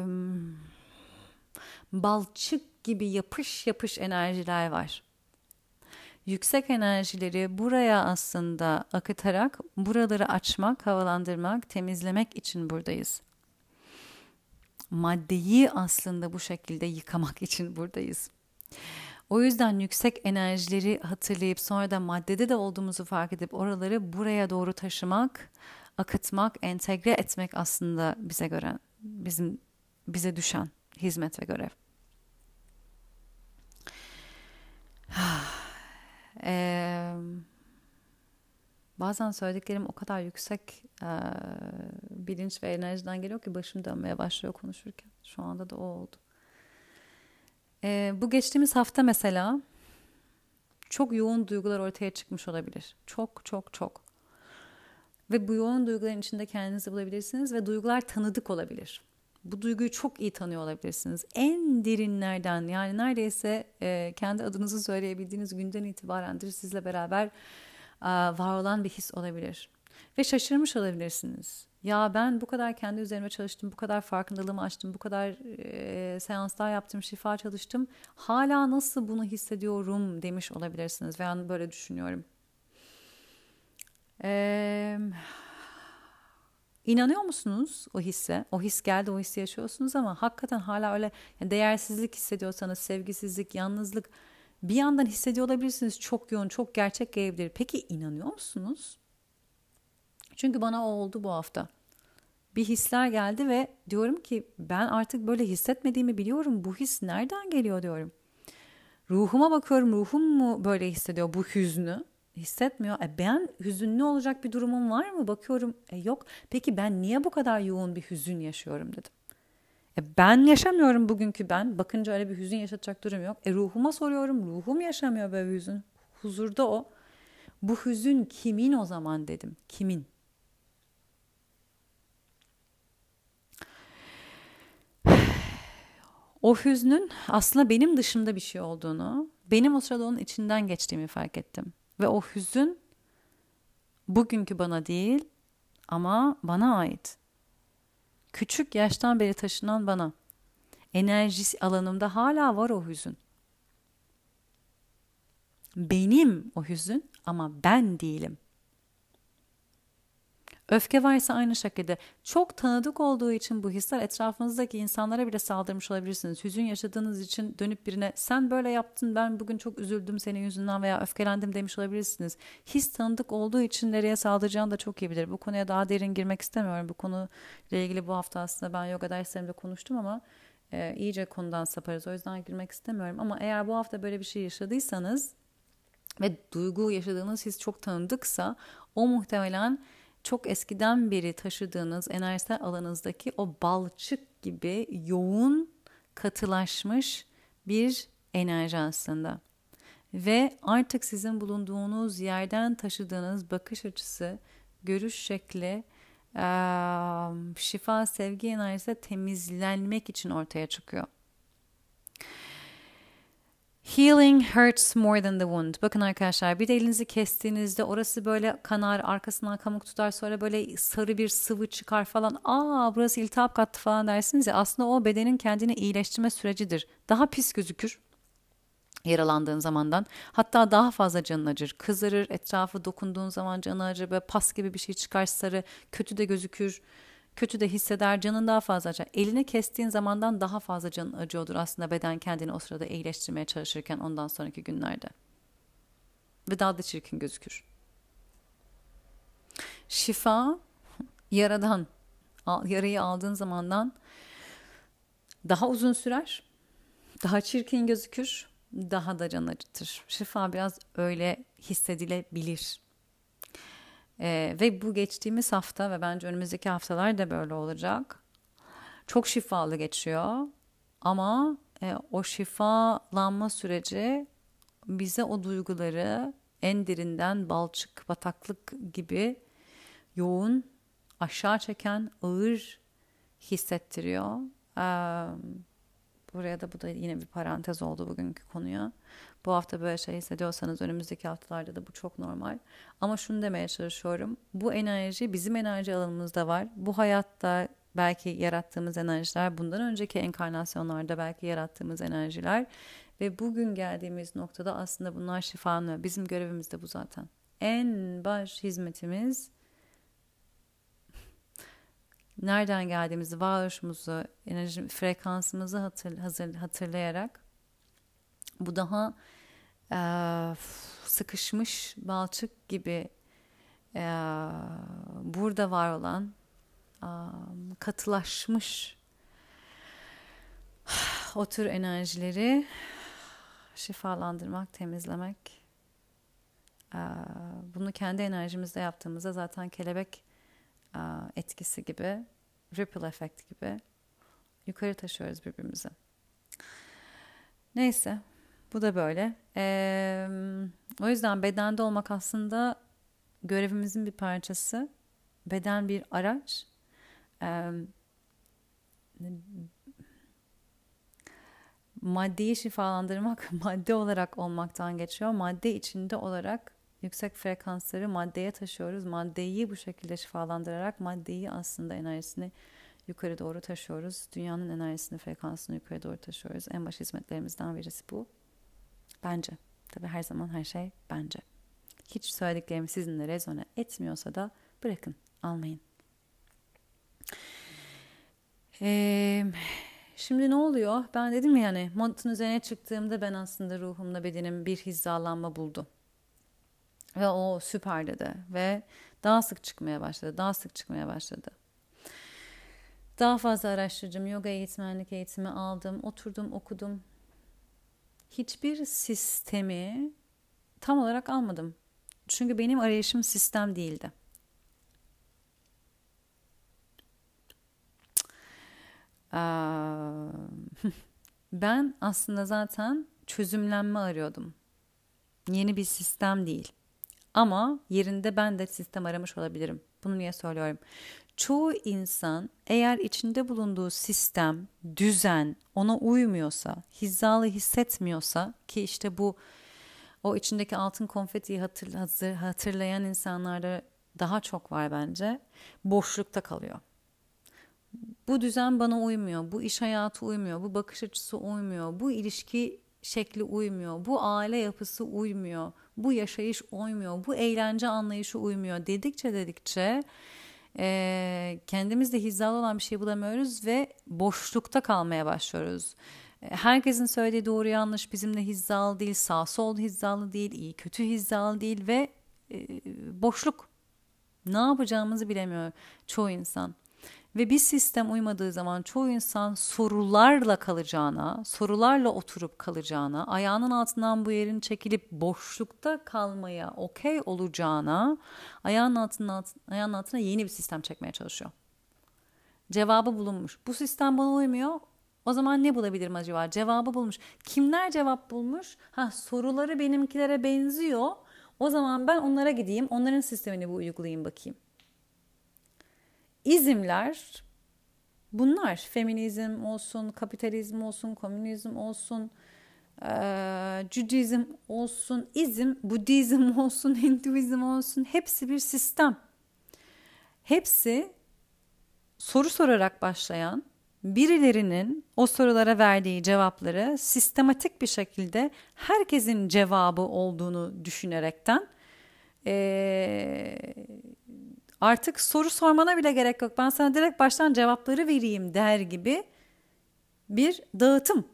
balçık gibi yapış yapış enerjiler var. Yüksek enerjileri buraya aslında akıtarak buraları açmak, havalandırmak, temizlemek için buradayız. Maddeyi aslında bu şekilde yıkamak için buradayız. O yüzden yüksek enerjileri hatırlayıp sonra da maddede de olduğumuzu fark edip oraları buraya doğru taşımak, akıtmak, entegre etmek aslında bize göre, bizim bize düşen hizmet ve görev. Eee Bazen söylediklerim o kadar yüksek e, bilinç ve enerjiden geliyor ki başım dönmeye başlıyor konuşurken. Şu anda da o oldu. E, bu geçtiğimiz hafta mesela çok yoğun duygular ortaya çıkmış olabilir. Çok çok çok. Ve bu yoğun duyguların içinde kendinizi bulabilirsiniz ve duygular tanıdık olabilir. Bu duyguyu çok iyi tanıyor olabilirsiniz. En derinlerden, yani neredeyse e, kendi adınızı söyleyebildiğiniz günden itibarendir sizle beraber e, var olan bir his olabilir. Ve şaşırmış olabilirsiniz. Ya ben bu kadar kendi üzerime çalıştım, bu kadar farkındalığımı açtım, bu kadar e, seanslar yaptım, şifa çalıştım. Hala nasıl bunu hissediyorum demiş olabilirsiniz. Ve ben böyle düşünüyorum. Eee... İnanıyor musunuz o hisse? O his geldi, o hissi yaşıyorsunuz ama hakikaten hala öyle yani değersizlik hissediyorsanız, sevgisizlik, yalnızlık bir yandan hissediyor olabilirsiniz. Çok yoğun, çok gerçek gelebilir. Peki inanıyor musunuz? Çünkü bana o oldu bu hafta. Bir hisler geldi ve diyorum ki ben artık böyle hissetmediğimi biliyorum. Bu his nereden geliyor diyorum. Ruhuma bakıyorum, ruhum mu böyle hissediyor bu hüznü? Hissetmiyor. E ben hüzünlü olacak bir durumum var mı? Bakıyorum. E yok. Peki ben niye bu kadar yoğun bir hüzün yaşıyorum dedim. E ben yaşamıyorum bugünkü ben. Bakınca öyle bir hüzün yaşatacak durum yok. E ruhuma soruyorum. Ruhum yaşamıyor böyle bir hüzün. Huzurda o. Bu hüzün kimin o zaman dedim. Kimin? O hüznün aslında benim dışımda bir şey olduğunu, benim o sırada onun içinden geçtiğimi fark ettim. Ve o hüzün bugünkü bana değil ama bana ait. Küçük yaştan beri taşınan bana. Enerji alanımda hala var o hüzün. Benim o hüzün ama ben değilim. Öfke varsa aynı şekilde. Çok tanıdık olduğu için bu hisler etrafınızdaki insanlara bile saldırmış olabilirsiniz. Hüzün yaşadığınız için dönüp birine sen böyle yaptın, ben bugün çok üzüldüm senin yüzünden veya öfkelendim demiş olabilirsiniz. His tanıdık olduğu için nereye saldıracağını da çok iyi bilir. Bu konuya daha derin girmek istemiyorum. Bu konuyla ilgili bu hafta aslında ben yoga derslerimde konuştum ama e, iyice konudan saparız. O yüzden girmek istemiyorum. Ama eğer bu hafta böyle bir şey yaşadıysanız ve duygu yaşadığınız his çok tanıdıksa o muhtemelen çok eskiden beri taşıdığınız enerjisel alanınızdaki o balçık gibi yoğun, katılaşmış bir enerji aslında. Ve artık sizin bulunduğunuz yerden taşıdığınız bakış açısı, görüş şekli, şifa, sevgi enerjisi temizlenmek için ortaya çıkıyor. Healing hurts more than the wound. Bakın arkadaşlar, bir de elinizi kestiğinizde orası böyle kanar, arkasından kamuk tutar, sonra böyle sarı bir sıvı çıkar falan. Aa burası iltihap kattı falan dersiniz ya, aslında o bedenin kendini iyileştirme sürecidir. Daha pis gözükür yaralandığın zamandan. Hatta daha fazla canın acır. Kızarır, etrafı dokunduğun zaman canı acır, böyle pas gibi bir şey çıkar sarı, kötü de gözükür. Kötü de hisseder, canın daha fazla acır. Elini kestiğin zamandan daha fazla canın acıyordur aslında beden kendini o sırada iyileştirmeye çalışırken ondan sonraki günlerde. Ve daha da çirkin gözükür. Şifa, yaradan, yarayı aldığın zamandan daha uzun sürer, daha çirkin gözükür, daha da can acıtır. Şifa biraz öyle hissedilebilir. Ee, ve bu geçtiğimiz hafta ve bence önümüzdeki haftalar da böyle olacak. Çok şifalı geçiyor ama e, o şifalanma süreci bize o duyguları en derinden balçık, bataklık gibi yoğun, aşağı çeken, ağır hissettiriyor. Ee, buraya da bu da yine bir parantez oldu bugünkü konuya. Bu hafta böyle şey hissediyorsanız önümüzdeki haftalarda da bu çok normal. Ama şunu demeye çalışıyorum. Bu enerji bizim enerji alanımızda var. Bu hayatta belki yarattığımız enerjiler, bundan önceki enkarnasyonlarda belki yarattığımız enerjiler ve bugün geldiğimiz noktada aslında bunlar şifanıyor. Bizim görevimiz de bu zaten. En baş hizmetimiz nereden geldiğimizi, varoluşumuzu, enerji frekansımızı hatır, hazır, hatırlayarak Bu daha e, sıkışmış balçık gibi e, burada var olan e, katılaşmış o tür enerjileri şifalandırmak, temizlemek. E, bunu kendi enerjimizde yaptığımızda zaten kelebek e, etkisi gibi, ripple efekt gibi yukarı taşıyoruz birbirimizi. Neyse, bu da böyle. Ee, o yüzden bedende olmak aslında görevimizin bir parçası. Beden bir araç. Ee, maddeyi şifalandırmak madde olarak olmaktan geçiyor. Madde içinde olarak yüksek frekansları maddeye taşıyoruz. Maddeyi bu şekilde şifalandırarak maddeyi aslında enerjisini yukarı doğru taşıyoruz. Dünyanın enerjisini, frekansını yukarı doğru taşıyoruz. En baş hizmetlerimizden birisi bu. Bence. Tabii her zaman her şey bence. Hiç söylediklerim sizinle rezone etmiyorsa da bırakın, almayın. Ee, şimdi ne oluyor? Ben dedim ya hani montun üzerine çıktığımda ben aslında ruhumla bedenim bir hizalanma buldu. Ve o süper dedi. Ve daha sık çıkmaya başladı. Daha sık çıkmaya başladı. Daha fazla araştırdım. Yoga eğitmenlik eğitimi aldım. Oturdum, okudum. Hiçbir sistemi tam olarak almadım. Çünkü benim arayışım sistem değildi. Ben aslında zaten çözümlenme arıyordum. Yeni bir sistem değil. Ama yerinde ben de sistem aramış olabilirim. Bunu niye söylüyorum? Çoğu insan eğer içinde bulunduğu sistem, düzen ona uymuyorsa, hizalı hissetmiyorsa ki işte bu o içindeki altın konfetiyi hatır, hazır, hatırlayan insanlarda daha çok var bence. Boşlukta kalıyor. Bu düzen bana uymuyor, bu iş hayatı uymuyor, bu bakış açısı uymuyor, bu ilişki şekli uymuyor, bu aile yapısı uymuyor, bu yaşayış uymuyor, bu eğlence anlayışı uymuyor dedikçe dedikçe e, kendimizde hizalı olan bir şey bulamıyoruz ve boşlukta kalmaya başlıyoruz. Herkesin söylediği doğru yanlış bizimle hizalı değil, sağ sol hizalı değil, iyi kötü hizalı değil ve e, boşluk. Ne yapacağımızı bilemiyor çoğu insan. Ve bir sistem uymadığı zaman çoğu insan sorularla kalacağına, sorularla oturup kalacağına, ayağının altından bu yerin çekilip boşlukta kalmaya okey olacağına, ayağının altına, ayağının altına yeni bir sistem çekmeye çalışıyor. Cevabı bulunmuş. Bu sistem bana uymuyor. O zaman ne bulabilirim acaba? Cevabı bulmuş. Kimler cevap bulmuş? Ha, soruları benimkilere benziyor. O zaman ben onlara gideyim, onların sistemini bir uygulayayım bakayım. İzimler bunlar. Feminizm olsun, kapitalizm olsun, komünizm olsun, e, Cüdizm olsun, izim, Budizm olsun, Hinduizm olsun. Hepsi bir sistem. Hepsi soru sorarak başlayan, birilerinin o sorulara verdiği cevapları sistematik bir şekilde herkesin cevabı olduğunu düşünerekten ee, artık soru sormana bile gerek yok. Ben sana direkt baştan cevapları vereyim der gibi bir dağıtım.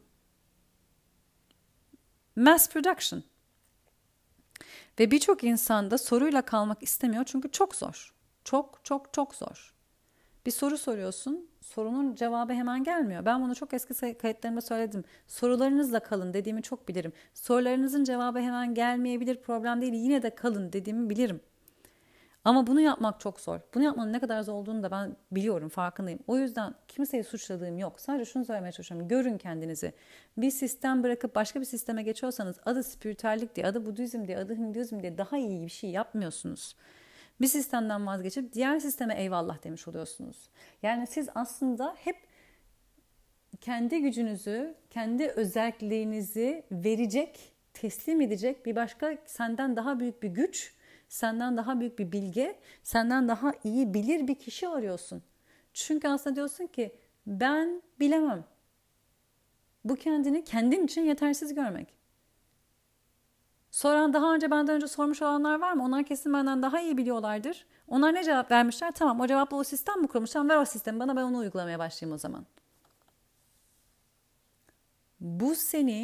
Mass production. Ve birçok insan da soruyla kalmak istemiyor çünkü çok zor. Çok çok çok zor. Bir soru soruyorsun, sorunun cevabı hemen gelmiyor. Ben bunu çok eski kayıtlarımda söyledim. Sorularınızla kalın dediğimi çok bilirim. Sorularınızın cevabı hemen gelmeyebilir, problem değil. Yine de kalın dediğimi bilirim. Ama bunu yapmak çok zor. Bunu yapmanın ne kadar zor olduğunu da ben biliyorum, farkındayım. O yüzden kimseyi suçladığım yok. Sadece şunu söylemeye çalışıyorum. Görün kendinizi. Bir sistem bırakıp başka bir sisteme geçiyorsanız adı spiritüellik diye, adı Budizm diye, adı Hinduizm diye daha iyi bir şey yapmıyorsunuz. Bir sistemden vazgeçip diğer sisteme eyvallah demiş oluyorsunuz. Yani siz aslında hep kendi gücünüzü, kendi özelliklerinizi verecek, teslim edecek bir başka senden daha büyük bir güç, senden daha büyük bir bilge, senden daha iyi bilir bir kişi arıyorsun. Çünkü aslında diyorsun ki ben bilemem. Bu kendini kendin için yetersiz görmek. Soran daha önce benden önce sormuş olanlar var mı? Onlar kesin benden daha iyi biliyorlardır. Onlar ne cevap vermişler? Tamam, o cevapla o sistem mi kurmuş? Tamam, ver o sistemi bana, ben onu uygulamaya başlayayım o zaman. Bu seni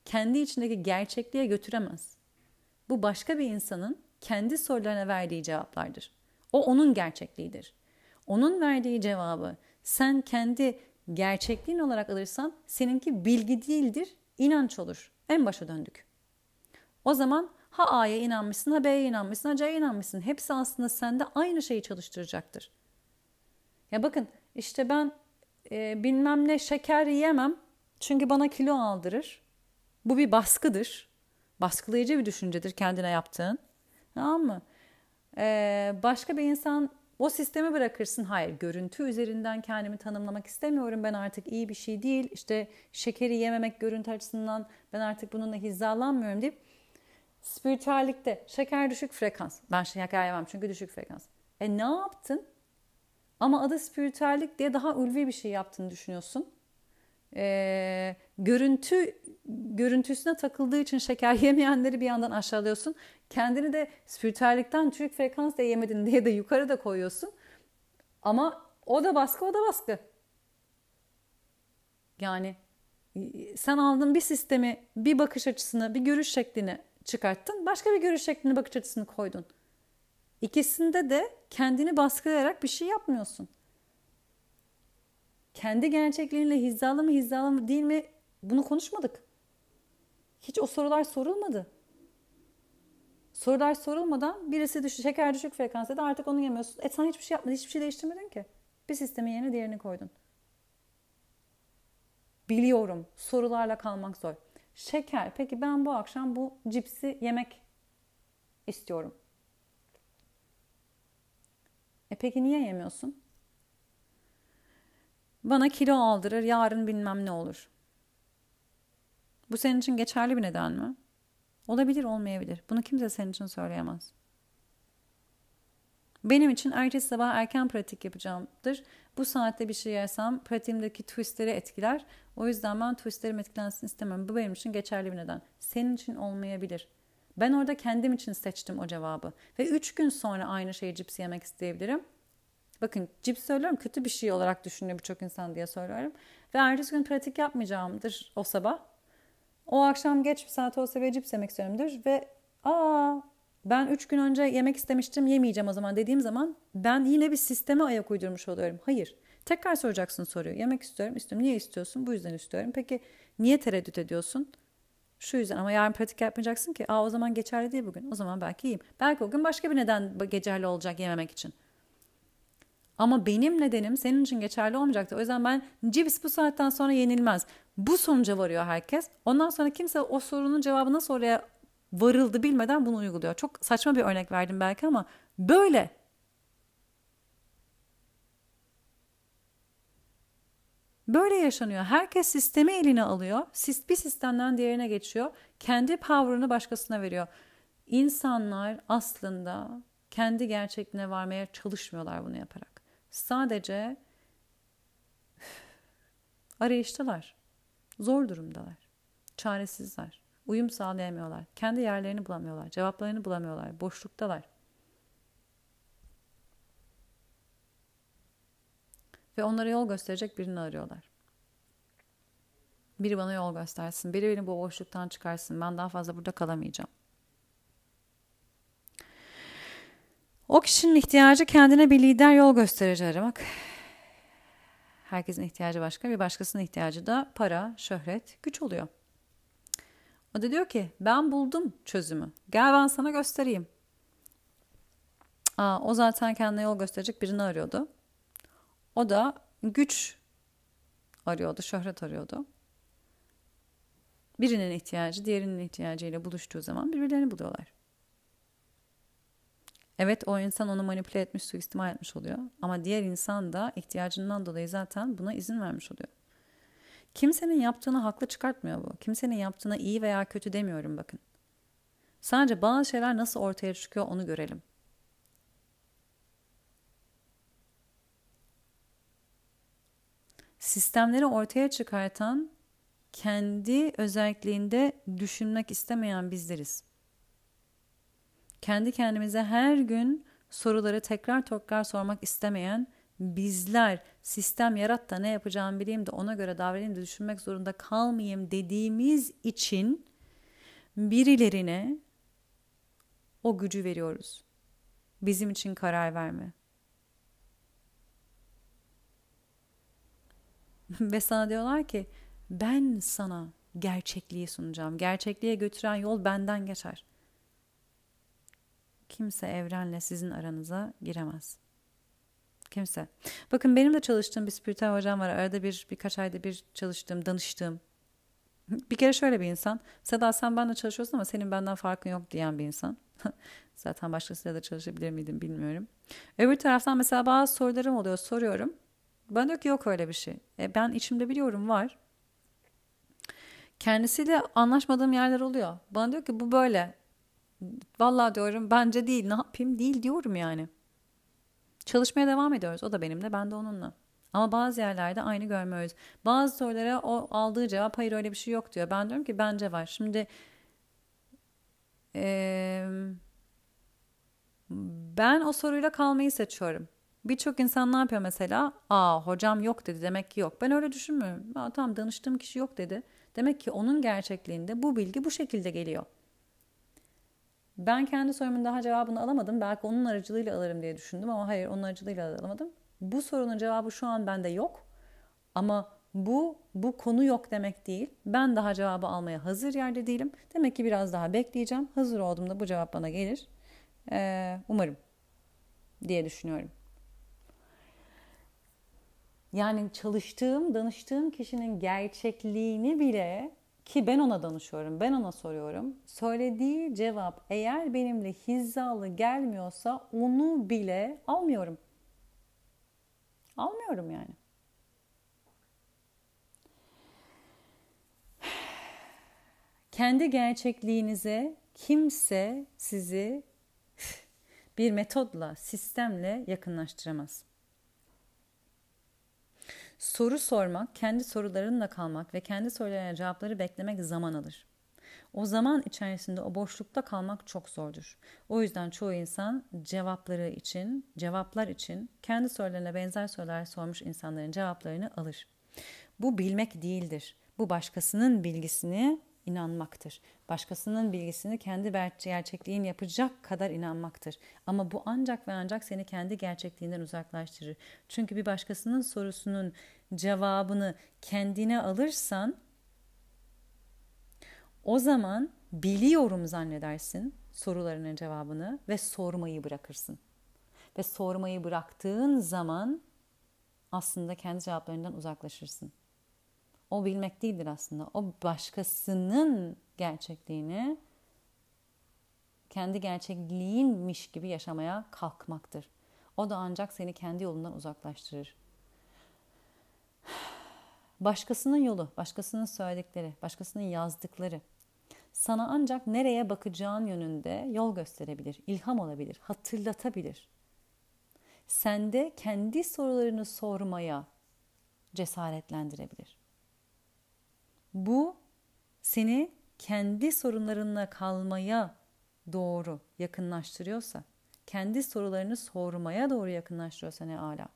kendi içindeki gerçekliğe götüremez. Bu başka bir insanın kendi sorularına verdiği cevaplardır. O onun gerçekliğidir. Onun verdiği cevabı sen kendi gerçekliğin olarak alırsan seninki bilgi değildir, inanç olur. En başa döndük. O zaman ha A'ya inanmışsın, ha B'ye inanmışsın, ha C'ye inanmışsın. Hepsi aslında sende aynı şeyi çalıştıracaktır. Ya bakın işte ben e, bilmem ne şeker yiyemem çünkü bana kilo aldırır. Bu bir baskıdır. Baskılayıcı bir düşüncedir kendine yaptığın. Tamam mı? Ee, başka bir insan o sistemi bırakırsın. Hayır, görüntü üzerinden kendimi tanımlamak istemiyorum. Ben artık iyi bir şey değil. İşte şekeri yememek görüntü açısından ben artık bununla hizalanmıyorum deyip spiritüellikte şeker düşük frekans. Ben şeker yemem çünkü düşük frekans. E ne yaptın? Ama adı spiritüellik diye daha ulvi bir şey yaptığını düşünüyorsun. Ee, görüntü görüntüsüne takıldığı için şeker yemeyenleri bir yandan aşağılıyorsun. Kendini de spiritüellikten düşük frekans da yemedin diye de yukarıda koyuyorsun. Ama o da baskı, o da baskı. Yani sen aldın bir sistemi, bir bakış açısını, bir görüş şeklini çıkarttın. Başka bir görüş şeklini, bakış açısını koydun. İkisinde de kendini baskılayarak bir şey yapmıyorsun. Kendi gerçekliğinle hizalı mı hizalı mı değil mi bunu konuşmadık. Hiç o sorular sorulmadı. Sorular sorulmadan birisi düşük, şeker düşük frekans dedi artık onu yemiyorsun. E sen hiçbir şey yapmadın, hiçbir şey değiştirmedin ki. Bir sistemin yerine diğerini koydun. Biliyorum sorularla kalmak zor. Şeker, peki ben bu akşam bu cipsi yemek istiyorum. E peki niye yemiyorsun? Bana kilo aldırır, yarın bilmem ne olur. Bu senin için geçerli bir neden mi? Olabilir, olmayabilir. Bunu kimse senin için söyleyemez. Benim için ertesi sabah erken pratik yapacağımdır. Bu saatte bir şey yersem pratiğimdeki twistleri etkiler. O yüzden ben twistlerim etkilensin istemem. Bu benim için geçerli bir neden. Senin için olmayabilir. Ben orada kendim için seçtim o cevabı. Ve üç gün sonra aynı şeyi cips yemek isteyebilirim. Bakın cips söylüyorum kötü bir şey olarak düşünüyor birçok insan diye söylüyorum. Ve ertesi gün pratik yapmayacağımdır o sabah. O akşam geç bir saat olsa ve cips yemek istiyorumdur. Ve aa ben üç gün önce yemek istemiştim yemeyeceğim o zaman dediğim zaman ben yine bir sisteme ayak uydurmuş oluyorum. Hayır. Tekrar soracaksın soruyu. Yemek istiyorum, istiyorum. Niye istiyorsun? Bu yüzden istiyorum. Peki niye tereddüt ediyorsun? Şu yüzden ama yarın pratik yapmayacaksın ki. Aa o zaman geçerli değil bugün. O zaman belki yiyeyim. Belki o gün başka bir neden geçerli olacak yememek için. Ama benim nedenim senin için geçerli olmayacaktı. O yüzden ben cips bu saatten sonra yenilmez. Bu sonuca varıyor herkes. Ondan sonra kimse o sorunun cevabı nasıl oraya varıldı bilmeden bunu uyguluyor. Çok saçma bir örnek verdim belki ama böyle. Böyle yaşanıyor. Herkes sistemi eline alıyor. Bir sistemden diğerine geçiyor. Kendi power'ını başkasına veriyor. İnsanlar aslında kendi gerçekliğine varmaya çalışmıyorlar bunu yaparak. Sadece arayıştalar. Zor durumdalar. Çaresizler. Uyum sağlayamıyorlar. Kendi yerlerini bulamıyorlar. Cevaplarını bulamıyorlar. Boşluktalar. Ve onlara yol gösterecek birini arıyorlar. Biri bana yol göstersin. Biri beni bu boşluktan çıkarsın. Ben daha fazla burada kalamayacağım. O kişinin ihtiyacı kendine bir lider yol gösterici aramak. Herkesin ihtiyacı başka. Bir başkasının ihtiyacı da para, şöhret, güç oluyor. O da diyor ki ben buldum çözümü. Gel ben sana göstereyim. Aa, o zaten kendine yol gösterecek birini arıyordu. O da güç arıyordu, şöhret arıyordu. Birinin ihtiyacı diğerinin ihtiyacıyla buluştuğu zaman birbirlerini buluyorlar. Evet o insan onu manipüle etmiş, suistimal etmiş oluyor. Ama diğer insan da ihtiyacından dolayı zaten buna izin vermiş oluyor. Kimsenin yaptığını haklı çıkartmıyor bu. Kimsenin yaptığına iyi veya kötü demiyorum bakın. Sadece bazı şeyler nasıl ortaya çıkıyor onu görelim. Sistemleri ortaya çıkartan, kendi özelliğinde düşünmek istemeyen bizleriz. Kendi kendimize her gün soruları tekrar tekrar sormak istemeyen bizler sistem yarat da ne yapacağımı bileyim de ona göre davranayım da düşünmek zorunda kalmayayım dediğimiz için birilerine o gücü veriyoruz. Bizim için karar verme. Ve sana diyorlar ki ben sana gerçekliği sunacağım. Gerçekliğe götüren yol benden geçer. Kimse evrenle sizin aranıza giremez. Kimse. Bakın benim de çalıştığım bir spiritüel hocam var. Arada bir birkaç ayda bir çalıştığım, danıştığım. Bir kere şöyle bir insan. Seda sen benimle çalışıyorsun ama senin benden farkın yok diyen bir insan. Zaten başkasıyla da çalışabilir miydim bilmiyorum. Öbür taraftan mesela bazı sorularım oluyor. Soruyorum. Bana diyor ki yok öyle bir şey. E ben içimde biliyorum var. Kendisiyle anlaşmadığım yerler oluyor. Bana diyor ki bu böyle. Vallahi diyorum bence değil. Ne yapayım? Değil diyorum yani. Çalışmaya devam ediyoruz. O da benimle, ben de onunla. Ama bazı yerlerde aynı görmüyoruz. Bazı sorulara o aldığı cevap hayır öyle bir şey yok diyor. Ben diyorum ki bence var. Şimdi eee, ben o soruyla kalmayı seçiyorum. Birçok insan ne yapıyor mesela? Aa hocam yok dedi demek ki yok. Ben öyle düşünmüyorum. Aa, tamam danıştığım kişi yok dedi. Demek ki onun gerçekliğinde bu bilgi bu şekilde geliyor. Ben kendi sorumun daha cevabını alamadım. Belki onun aracılığıyla alırım diye düşündüm ama hayır onun aracılığıyla alamadım. Bu sorunun cevabı şu an bende yok. Ama bu bu konu yok demek değil. Ben daha cevabı almaya hazır yerde değilim. Demek ki biraz daha bekleyeceğim. Hazır olduğumda bu cevap bana gelir. Ee, umarım diye düşünüyorum. Yani çalıştığım, danıştığım kişinin gerçekliğini bile ki ben ona danışıyorum, ben ona soruyorum. Söylediği cevap eğer benimle hizalı gelmiyorsa onu bile almıyorum. Almıyorum yani. Kendi gerçekliğinize kimse sizi bir metodla, sistemle yakınlaştıramaz. Soru sormak, kendi sorularınla kalmak ve kendi sorularına cevapları beklemek zaman alır. O zaman içerisinde o boşlukta kalmak çok zordur. O yüzden çoğu insan cevapları için, cevaplar için kendi sorularına benzer sorular sormuş insanların cevaplarını alır. Bu bilmek değildir. Bu başkasının bilgisini inanmaktır. Başkasının bilgisini kendi gerçekliğin yapacak kadar inanmaktır. Ama bu ancak ve ancak seni kendi gerçekliğinden uzaklaştırır. Çünkü bir başkasının sorusunun cevabını kendine alırsan o zaman biliyorum zannedersin sorularının cevabını ve sormayı bırakırsın. Ve sormayı bıraktığın zaman aslında kendi cevaplarından uzaklaşırsın. O bilmek değildir aslında. O başkasının gerçekliğini kendi gerçekliğinmiş gibi yaşamaya kalkmaktır. O da ancak seni kendi yolundan uzaklaştırır. Başkasının yolu, başkasının söyledikleri, başkasının yazdıkları sana ancak nereye bakacağın yönünde yol gösterebilir, ilham olabilir, hatırlatabilir. Sende kendi sorularını sormaya cesaretlendirebilir. Bu seni kendi sorunlarınla kalmaya doğru yakınlaştırıyorsa, kendi sorularını sormaya doğru yakınlaştırıyorsa ne âlâ.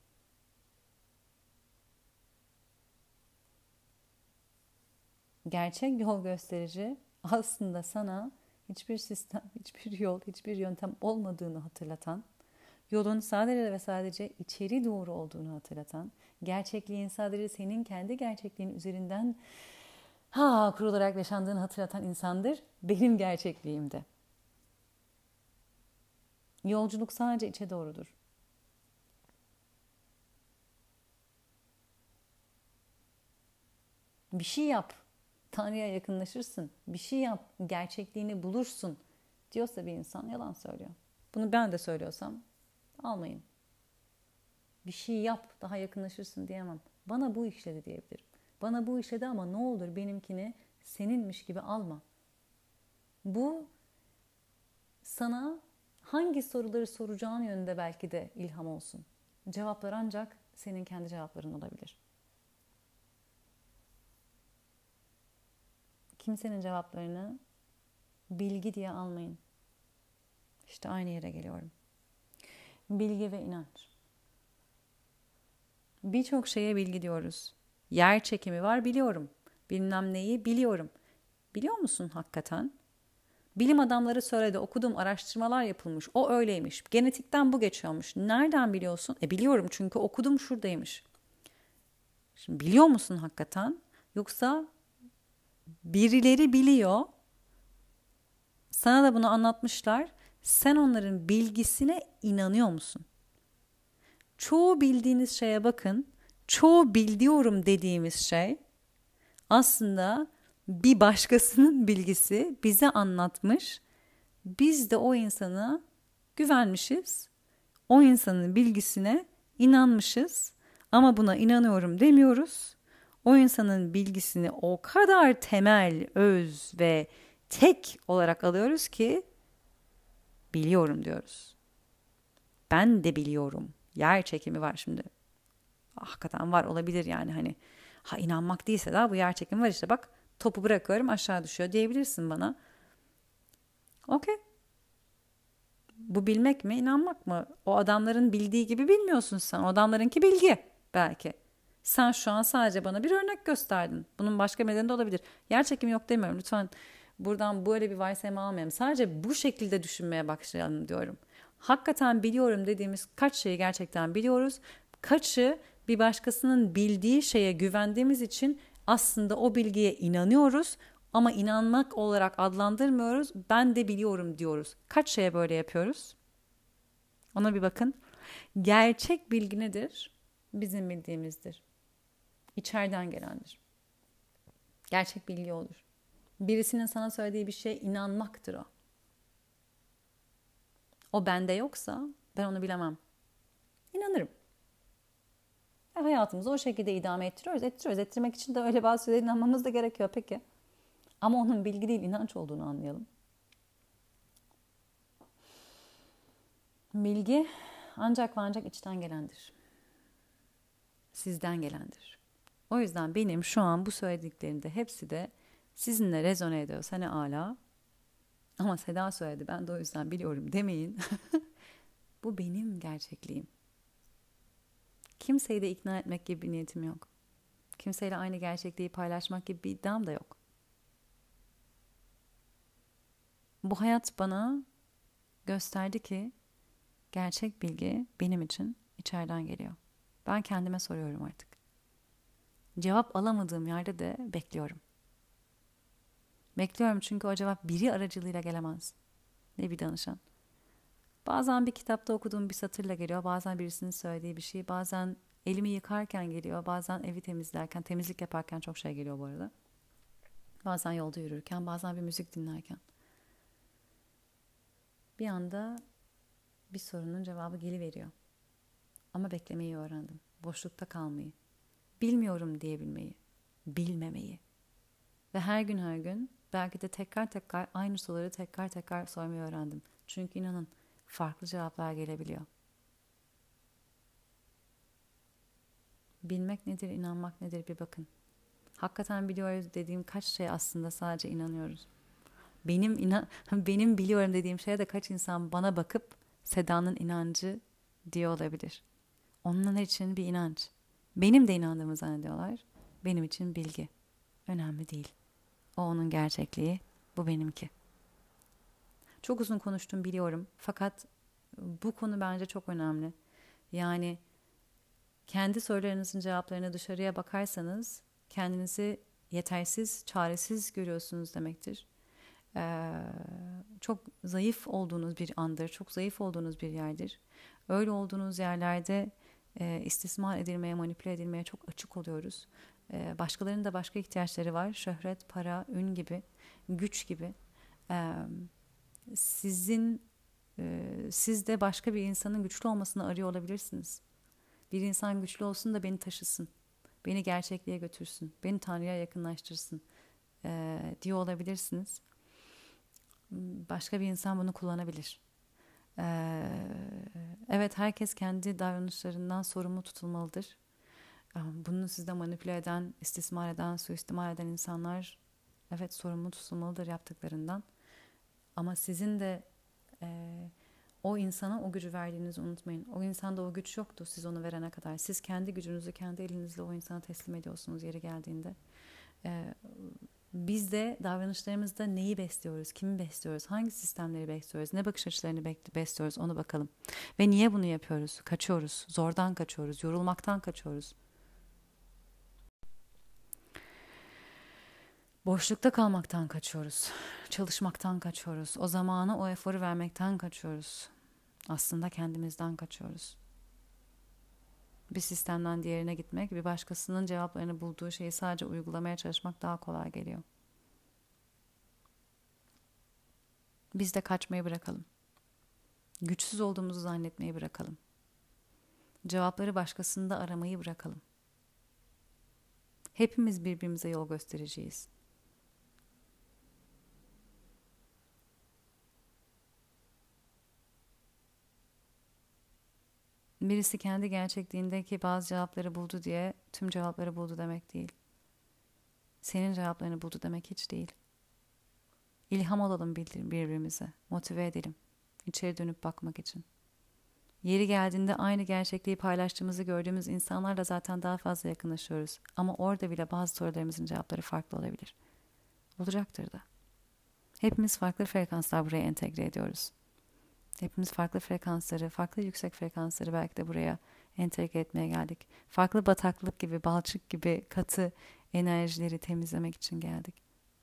Gerçek yol gösterici aslında sana hiçbir sistem, hiçbir yol, hiçbir yöntem olmadığını hatırlatan, yolun sadece ve sadece içeri doğru olduğunu hatırlatan, gerçekliğin sadece senin kendi gerçekliğin üzerinden ha kurularak yaşandığını hatırlatan insandır. Benim gerçekliğimde. Yolculuk sadece içe doğrudur. Bir şey yap. Tanrı'ya yakınlaşırsın. Bir şey yap. Gerçekliğini bulursun. Diyorsa bir insan yalan söylüyor. Bunu ben de söylüyorsam almayın. Bir şey yap. Daha yakınlaşırsın diyemem. Bana bu işledi diyebilirim. Bana bu işledi ama ne olur benimkini seninmiş gibi alma. Bu sana hangi soruları soracağın yönünde belki de ilham olsun. Cevaplar ancak senin kendi cevapların olabilir. Kimsenin cevaplarını bilgi diye almayın. İşte aynı yere geliyorum. Bilgi ve inanç. Birçok şeye bilgi diyoruz. Yer çekimi var biliyorum. Bilmem neyi biliyorum. Biliyor musun hakikaten? Bilim adamları söyledi, okudum, araştırmalar yapılmış. O öyleymiş. Genetikten bu geçiyormuş. Nereden biliyorsun? E biliyorum çünkü okudum şuradaymış. Şimdi biliyor musun hakikaten? Yoksa birileri biliyor. Sana da bunu anlatmışlar. Sen onların bilgisine inanıyor musun? Çoğu bildiğiniz şeye bakın. Çoğu biliyorum dediğimiz şey aslında bir başkasının bilgisi bize anlatmış. Biz de o insana güvenmişiz. O insanın bilgisine inanmışız. Ama buna inanıyorum demiyoruz. O insanın bilgisini o kadar temel, öz ve tek olarak alıyoruz ki biliyorum diyoruz. Ben de biliyorum. Yer çekimi var şimdi. Hakikaten var, olabilir yani, hani ha inanmak değilse daha bu yer çekimi var işte, bak topu bırakıyorum aşağı düşüyor diyebilirsin bana. Okey. Bu bilmek mi, inanmak mı? O adamların bildiği gibi bilmiyorsun sen. O adamlarınki bilgi belki. Sen şu an sadece bana bir örnek gösterdin. Bunun başka nedeni de olabilir. Yer çekimi yok demiyorum. Lütfen buradan böyle bir varsayımı almayalım. Sadece bu şekilde düşünmeye başlayalım diyorum. Hakikaten biliyorum dediğimiz kaç şeyi gerçekten biliyoruz. Kaçı bir başkasının bildiği şeye güvendiğimiz için aslında o bilgiye inanıyoruz. Ama inanmak olarak adlandırmıyoruz. Ben de biliyorum diyoruz. Kaç şeye böyle yapıyoruz? Ona bir bakın. Gerçek bilgi nedir? Bizim bildiğimizdir. İçeriden gelendir. Gerçek bilgi olur. Birisinin sana söylediği bir şeye inanmaktır o. O bende yoksa ben onu bilemem. İnanırım. E hayatımızı o şekilde idame ettiriyoruz. Ettiriyoruz. Ettirmek için de öyle bazı şeylere inanmamız da gerekiyor peki. Ama onun bilgi değil, inanç olduğunu anlayalım. Bilgi ancak ve ancak içten gelendir. Sizden gelendir. O yüzden benim şu an bu söylediklerimde hepsi de sizinle rezone ediyorsa ne ala. Ama Seda söyledi, ben de o yüzden biliyorum demeyin. Bu benim gerçekliğim. Kimseyi de ikna etmek gibi bir niyetim yok. Kimseyle aynı gerçekliği paylaşmak gibi bir iddiam da yok. Bu hayat bana gösterdi ki gerçek bilgi benim için içeriden geliyor. Ben kendime soruyorum artık. Cevap alamadığım yerde de bekliyorum. Bekliyorum çünkü o cevap biri aracılığıyla gelemez. Ne bir danışan. Bazen bir kitapta okuduğum bir satırla geliyor. Bazen birisinin söylediği bir şey. Bazen elimi yıkarken geliyor. Bazen evi temizlerken, temizlik yaparken çok şey geliyor bu arada. Bazen yolda yürürken, bazen bir müzik dinlerken. Bir anda bir sorunun cevabı geliveriyor. Ama beklemeyi öğrendim. Boşlukta kalmayı. Bilmiyorum diyebilmeyi. Bilmemeyi. Ve her gün her gün belki de tekrar tekrar aynı soruları tekrar tekrar sormayı öğrendim. Çünkü inanın farklı cevaplar gelebiliyor. Bilmek nedir, inanmak nedir bir bakın. Hakikaten biliyoruz dediğim kaç şey aslında sadece inanıyoruz. Benim inan benim biliyorum dediğim şeye de kaç insan bana bakıp Seda'nın inancı diyor olabilir. Onlar için bir inanç. Benim de inandığımı zannediyorlar. Benim için bilgi. Önemli değil. O onun gerçekliği, bu benimki. Çok uzun konuştum biliyorum. Fakat bu konu bence çok önemli. Yani kendi sorularınızın cevaplarına dışarıya bakarsanız kendinizi yetersiz, çaresiz görüyorsunuz demektir. Ee, çok zayıf olduğunuz bir andır, çok zayıf olduğunuz bir yerdir. Öyle olduğunuz yerlerde e, istismar edilmeye, manipüle edilmeye çok açık oluyoruz. Ee, başkalarının da başka ihtiyaçları var. Şöhret, para, ün gibi, güç gibi. Ee, sizin, e, siz de başka bir insanın güçlü olmasını arıyor olabilirsiniz. Bir insan güçlü olsun da beni taşısın, beni gerçekliğe götürsün, beni Tanrı'ya yakınlaştırsın e, diyor olabilirsiniz. Başka bir insan bunu kullanabilir. Ee, evet, herkes kendi davranışlarından sorumlu tutulmalıdır. Bunu sizde manipüle eden, istismar eden, suistimal eden insanlar evet sorumlu tutulmalıdır yaptıklarından. Ama sizin de e, O insana o gücü verdiğinizi unutmayın. O insanda o güç yoktu siz onu verene kadar. Siz kendi gücünüzü kendi elinizle o insana teslim ediyorsunuz yeri geldiğinde. Ee, Biz de davranışlarımızda neyi besliyoruz, kimi besliyoruz, hangi sistemleri besliyoruz, ne bakış açılarını besliyoruz onu bakalım. Ve niye bunu yapıyoruz? Kaçıyoruz, zordan kaçıyoruz, yorulmaktan kaçıyoruz. Boşlukta kalmaktan kaçıyoruz, çalışmaktan kaçıyoruz, o zamanı, o eforu vermekten kaçıyoruz. Aslında kendimizden kaçıyoruz. Bir sistemden diğerine gitmek, bir başkasının cevaplarını bulduğu şeyi sadece uygulamaya çalışmak daha kolay geliyor. Biz de kaçmayı bırakalım. Güçsüz olduğumuzu zannetmeyi bırakalım. Cevapları başkasında aramayı bırakalım. Hepimiz birbirimize yol göstereceğiz. Birisi kendi gerçekliğindeki bazı cevapları buldu diye tüm cevapları buldu demek değil. Senin cevaplarını buldu demek hiç değil. İlham alalım birbirimize, motive edelim. İçeri dönüp bakmak için. Yeri geldiğinde aynı gerçekliği paylaştığımızı gördüğümüz insanlarla zaten daha fazla yakınlaşıyoruz. Ama orada bile bazı sorularımızın cevapları farklı olabilir. Olacaktır da. Hepimiz farklı frekanslar buraya entegre ediyoruz. Hepimiz farklı frekansları, farklı yüksek frekansları belki de buraya entegre etmeye geldik. Farklı bataklık gibi, balçık gibi katı enerjileri temizlemek için geldik.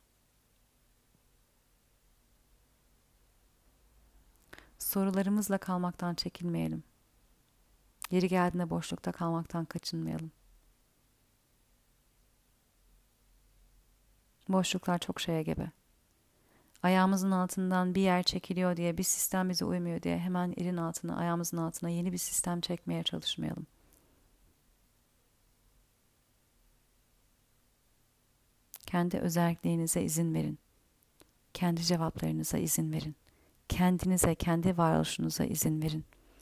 Sorularımızla kalmaktan çekinmeyelim. Yeri geldiğinde boşlukta kalmaktan kaçınmayalım. Boşluklar çok şeye gebe. Ayağımızın altından bir yer çekiliyor diye, bir sistem bize uymuyor diye hemen elin altına, ayağımızın altına yeni bir sistem çekmeye çalışmayalım. Kendi özelliklerinize izin verin. Kendi cevaplarınıza izin verin. Kendinize, kendi varoluşunuza izin verin.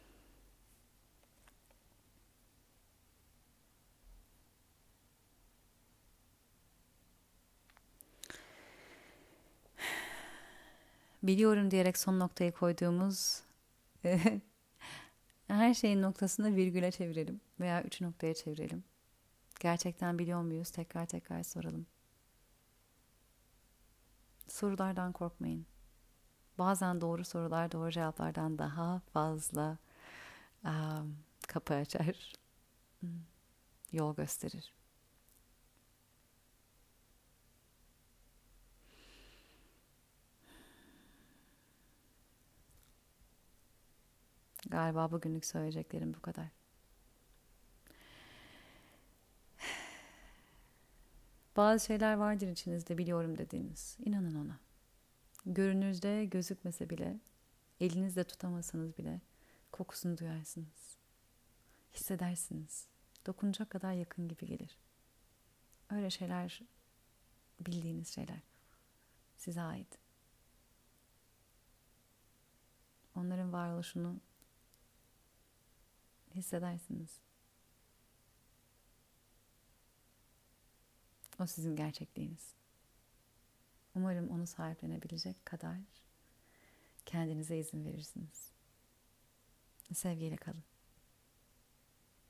Biliyorum diyerek son noktayı koyduğumuz her şeyin noktasını virgüle çevirelim veya üç noktaya çevirelim. Gerçekten biliyor muyuz? Tekrar tekrar soralım. Sorulardan korkmayın. Bazen doğru sorular doğru cevaplardan daha fazla um, kapı açar, yol gösterir. Galiba bugünlük söyleyeceklerim bu kadar. Bazı şeyler vardır içinizde biliyorum dediğiniz. İnanın ona. Görünürde gözükmese bile, elinizde tutamasanız bile kokusunu duyarsınız. Hissedersiniz. Dokunacak kadar yakın gibi gelir. Öyle şeyler, bildiğiniz şeyler size ait. Onların varoluşunu hissedersiniz. O sizin gerçekliğiniz. Umarım onu sahiplenebilecek kadar kendinize izin verirsiniz. Sevgiyle kalın.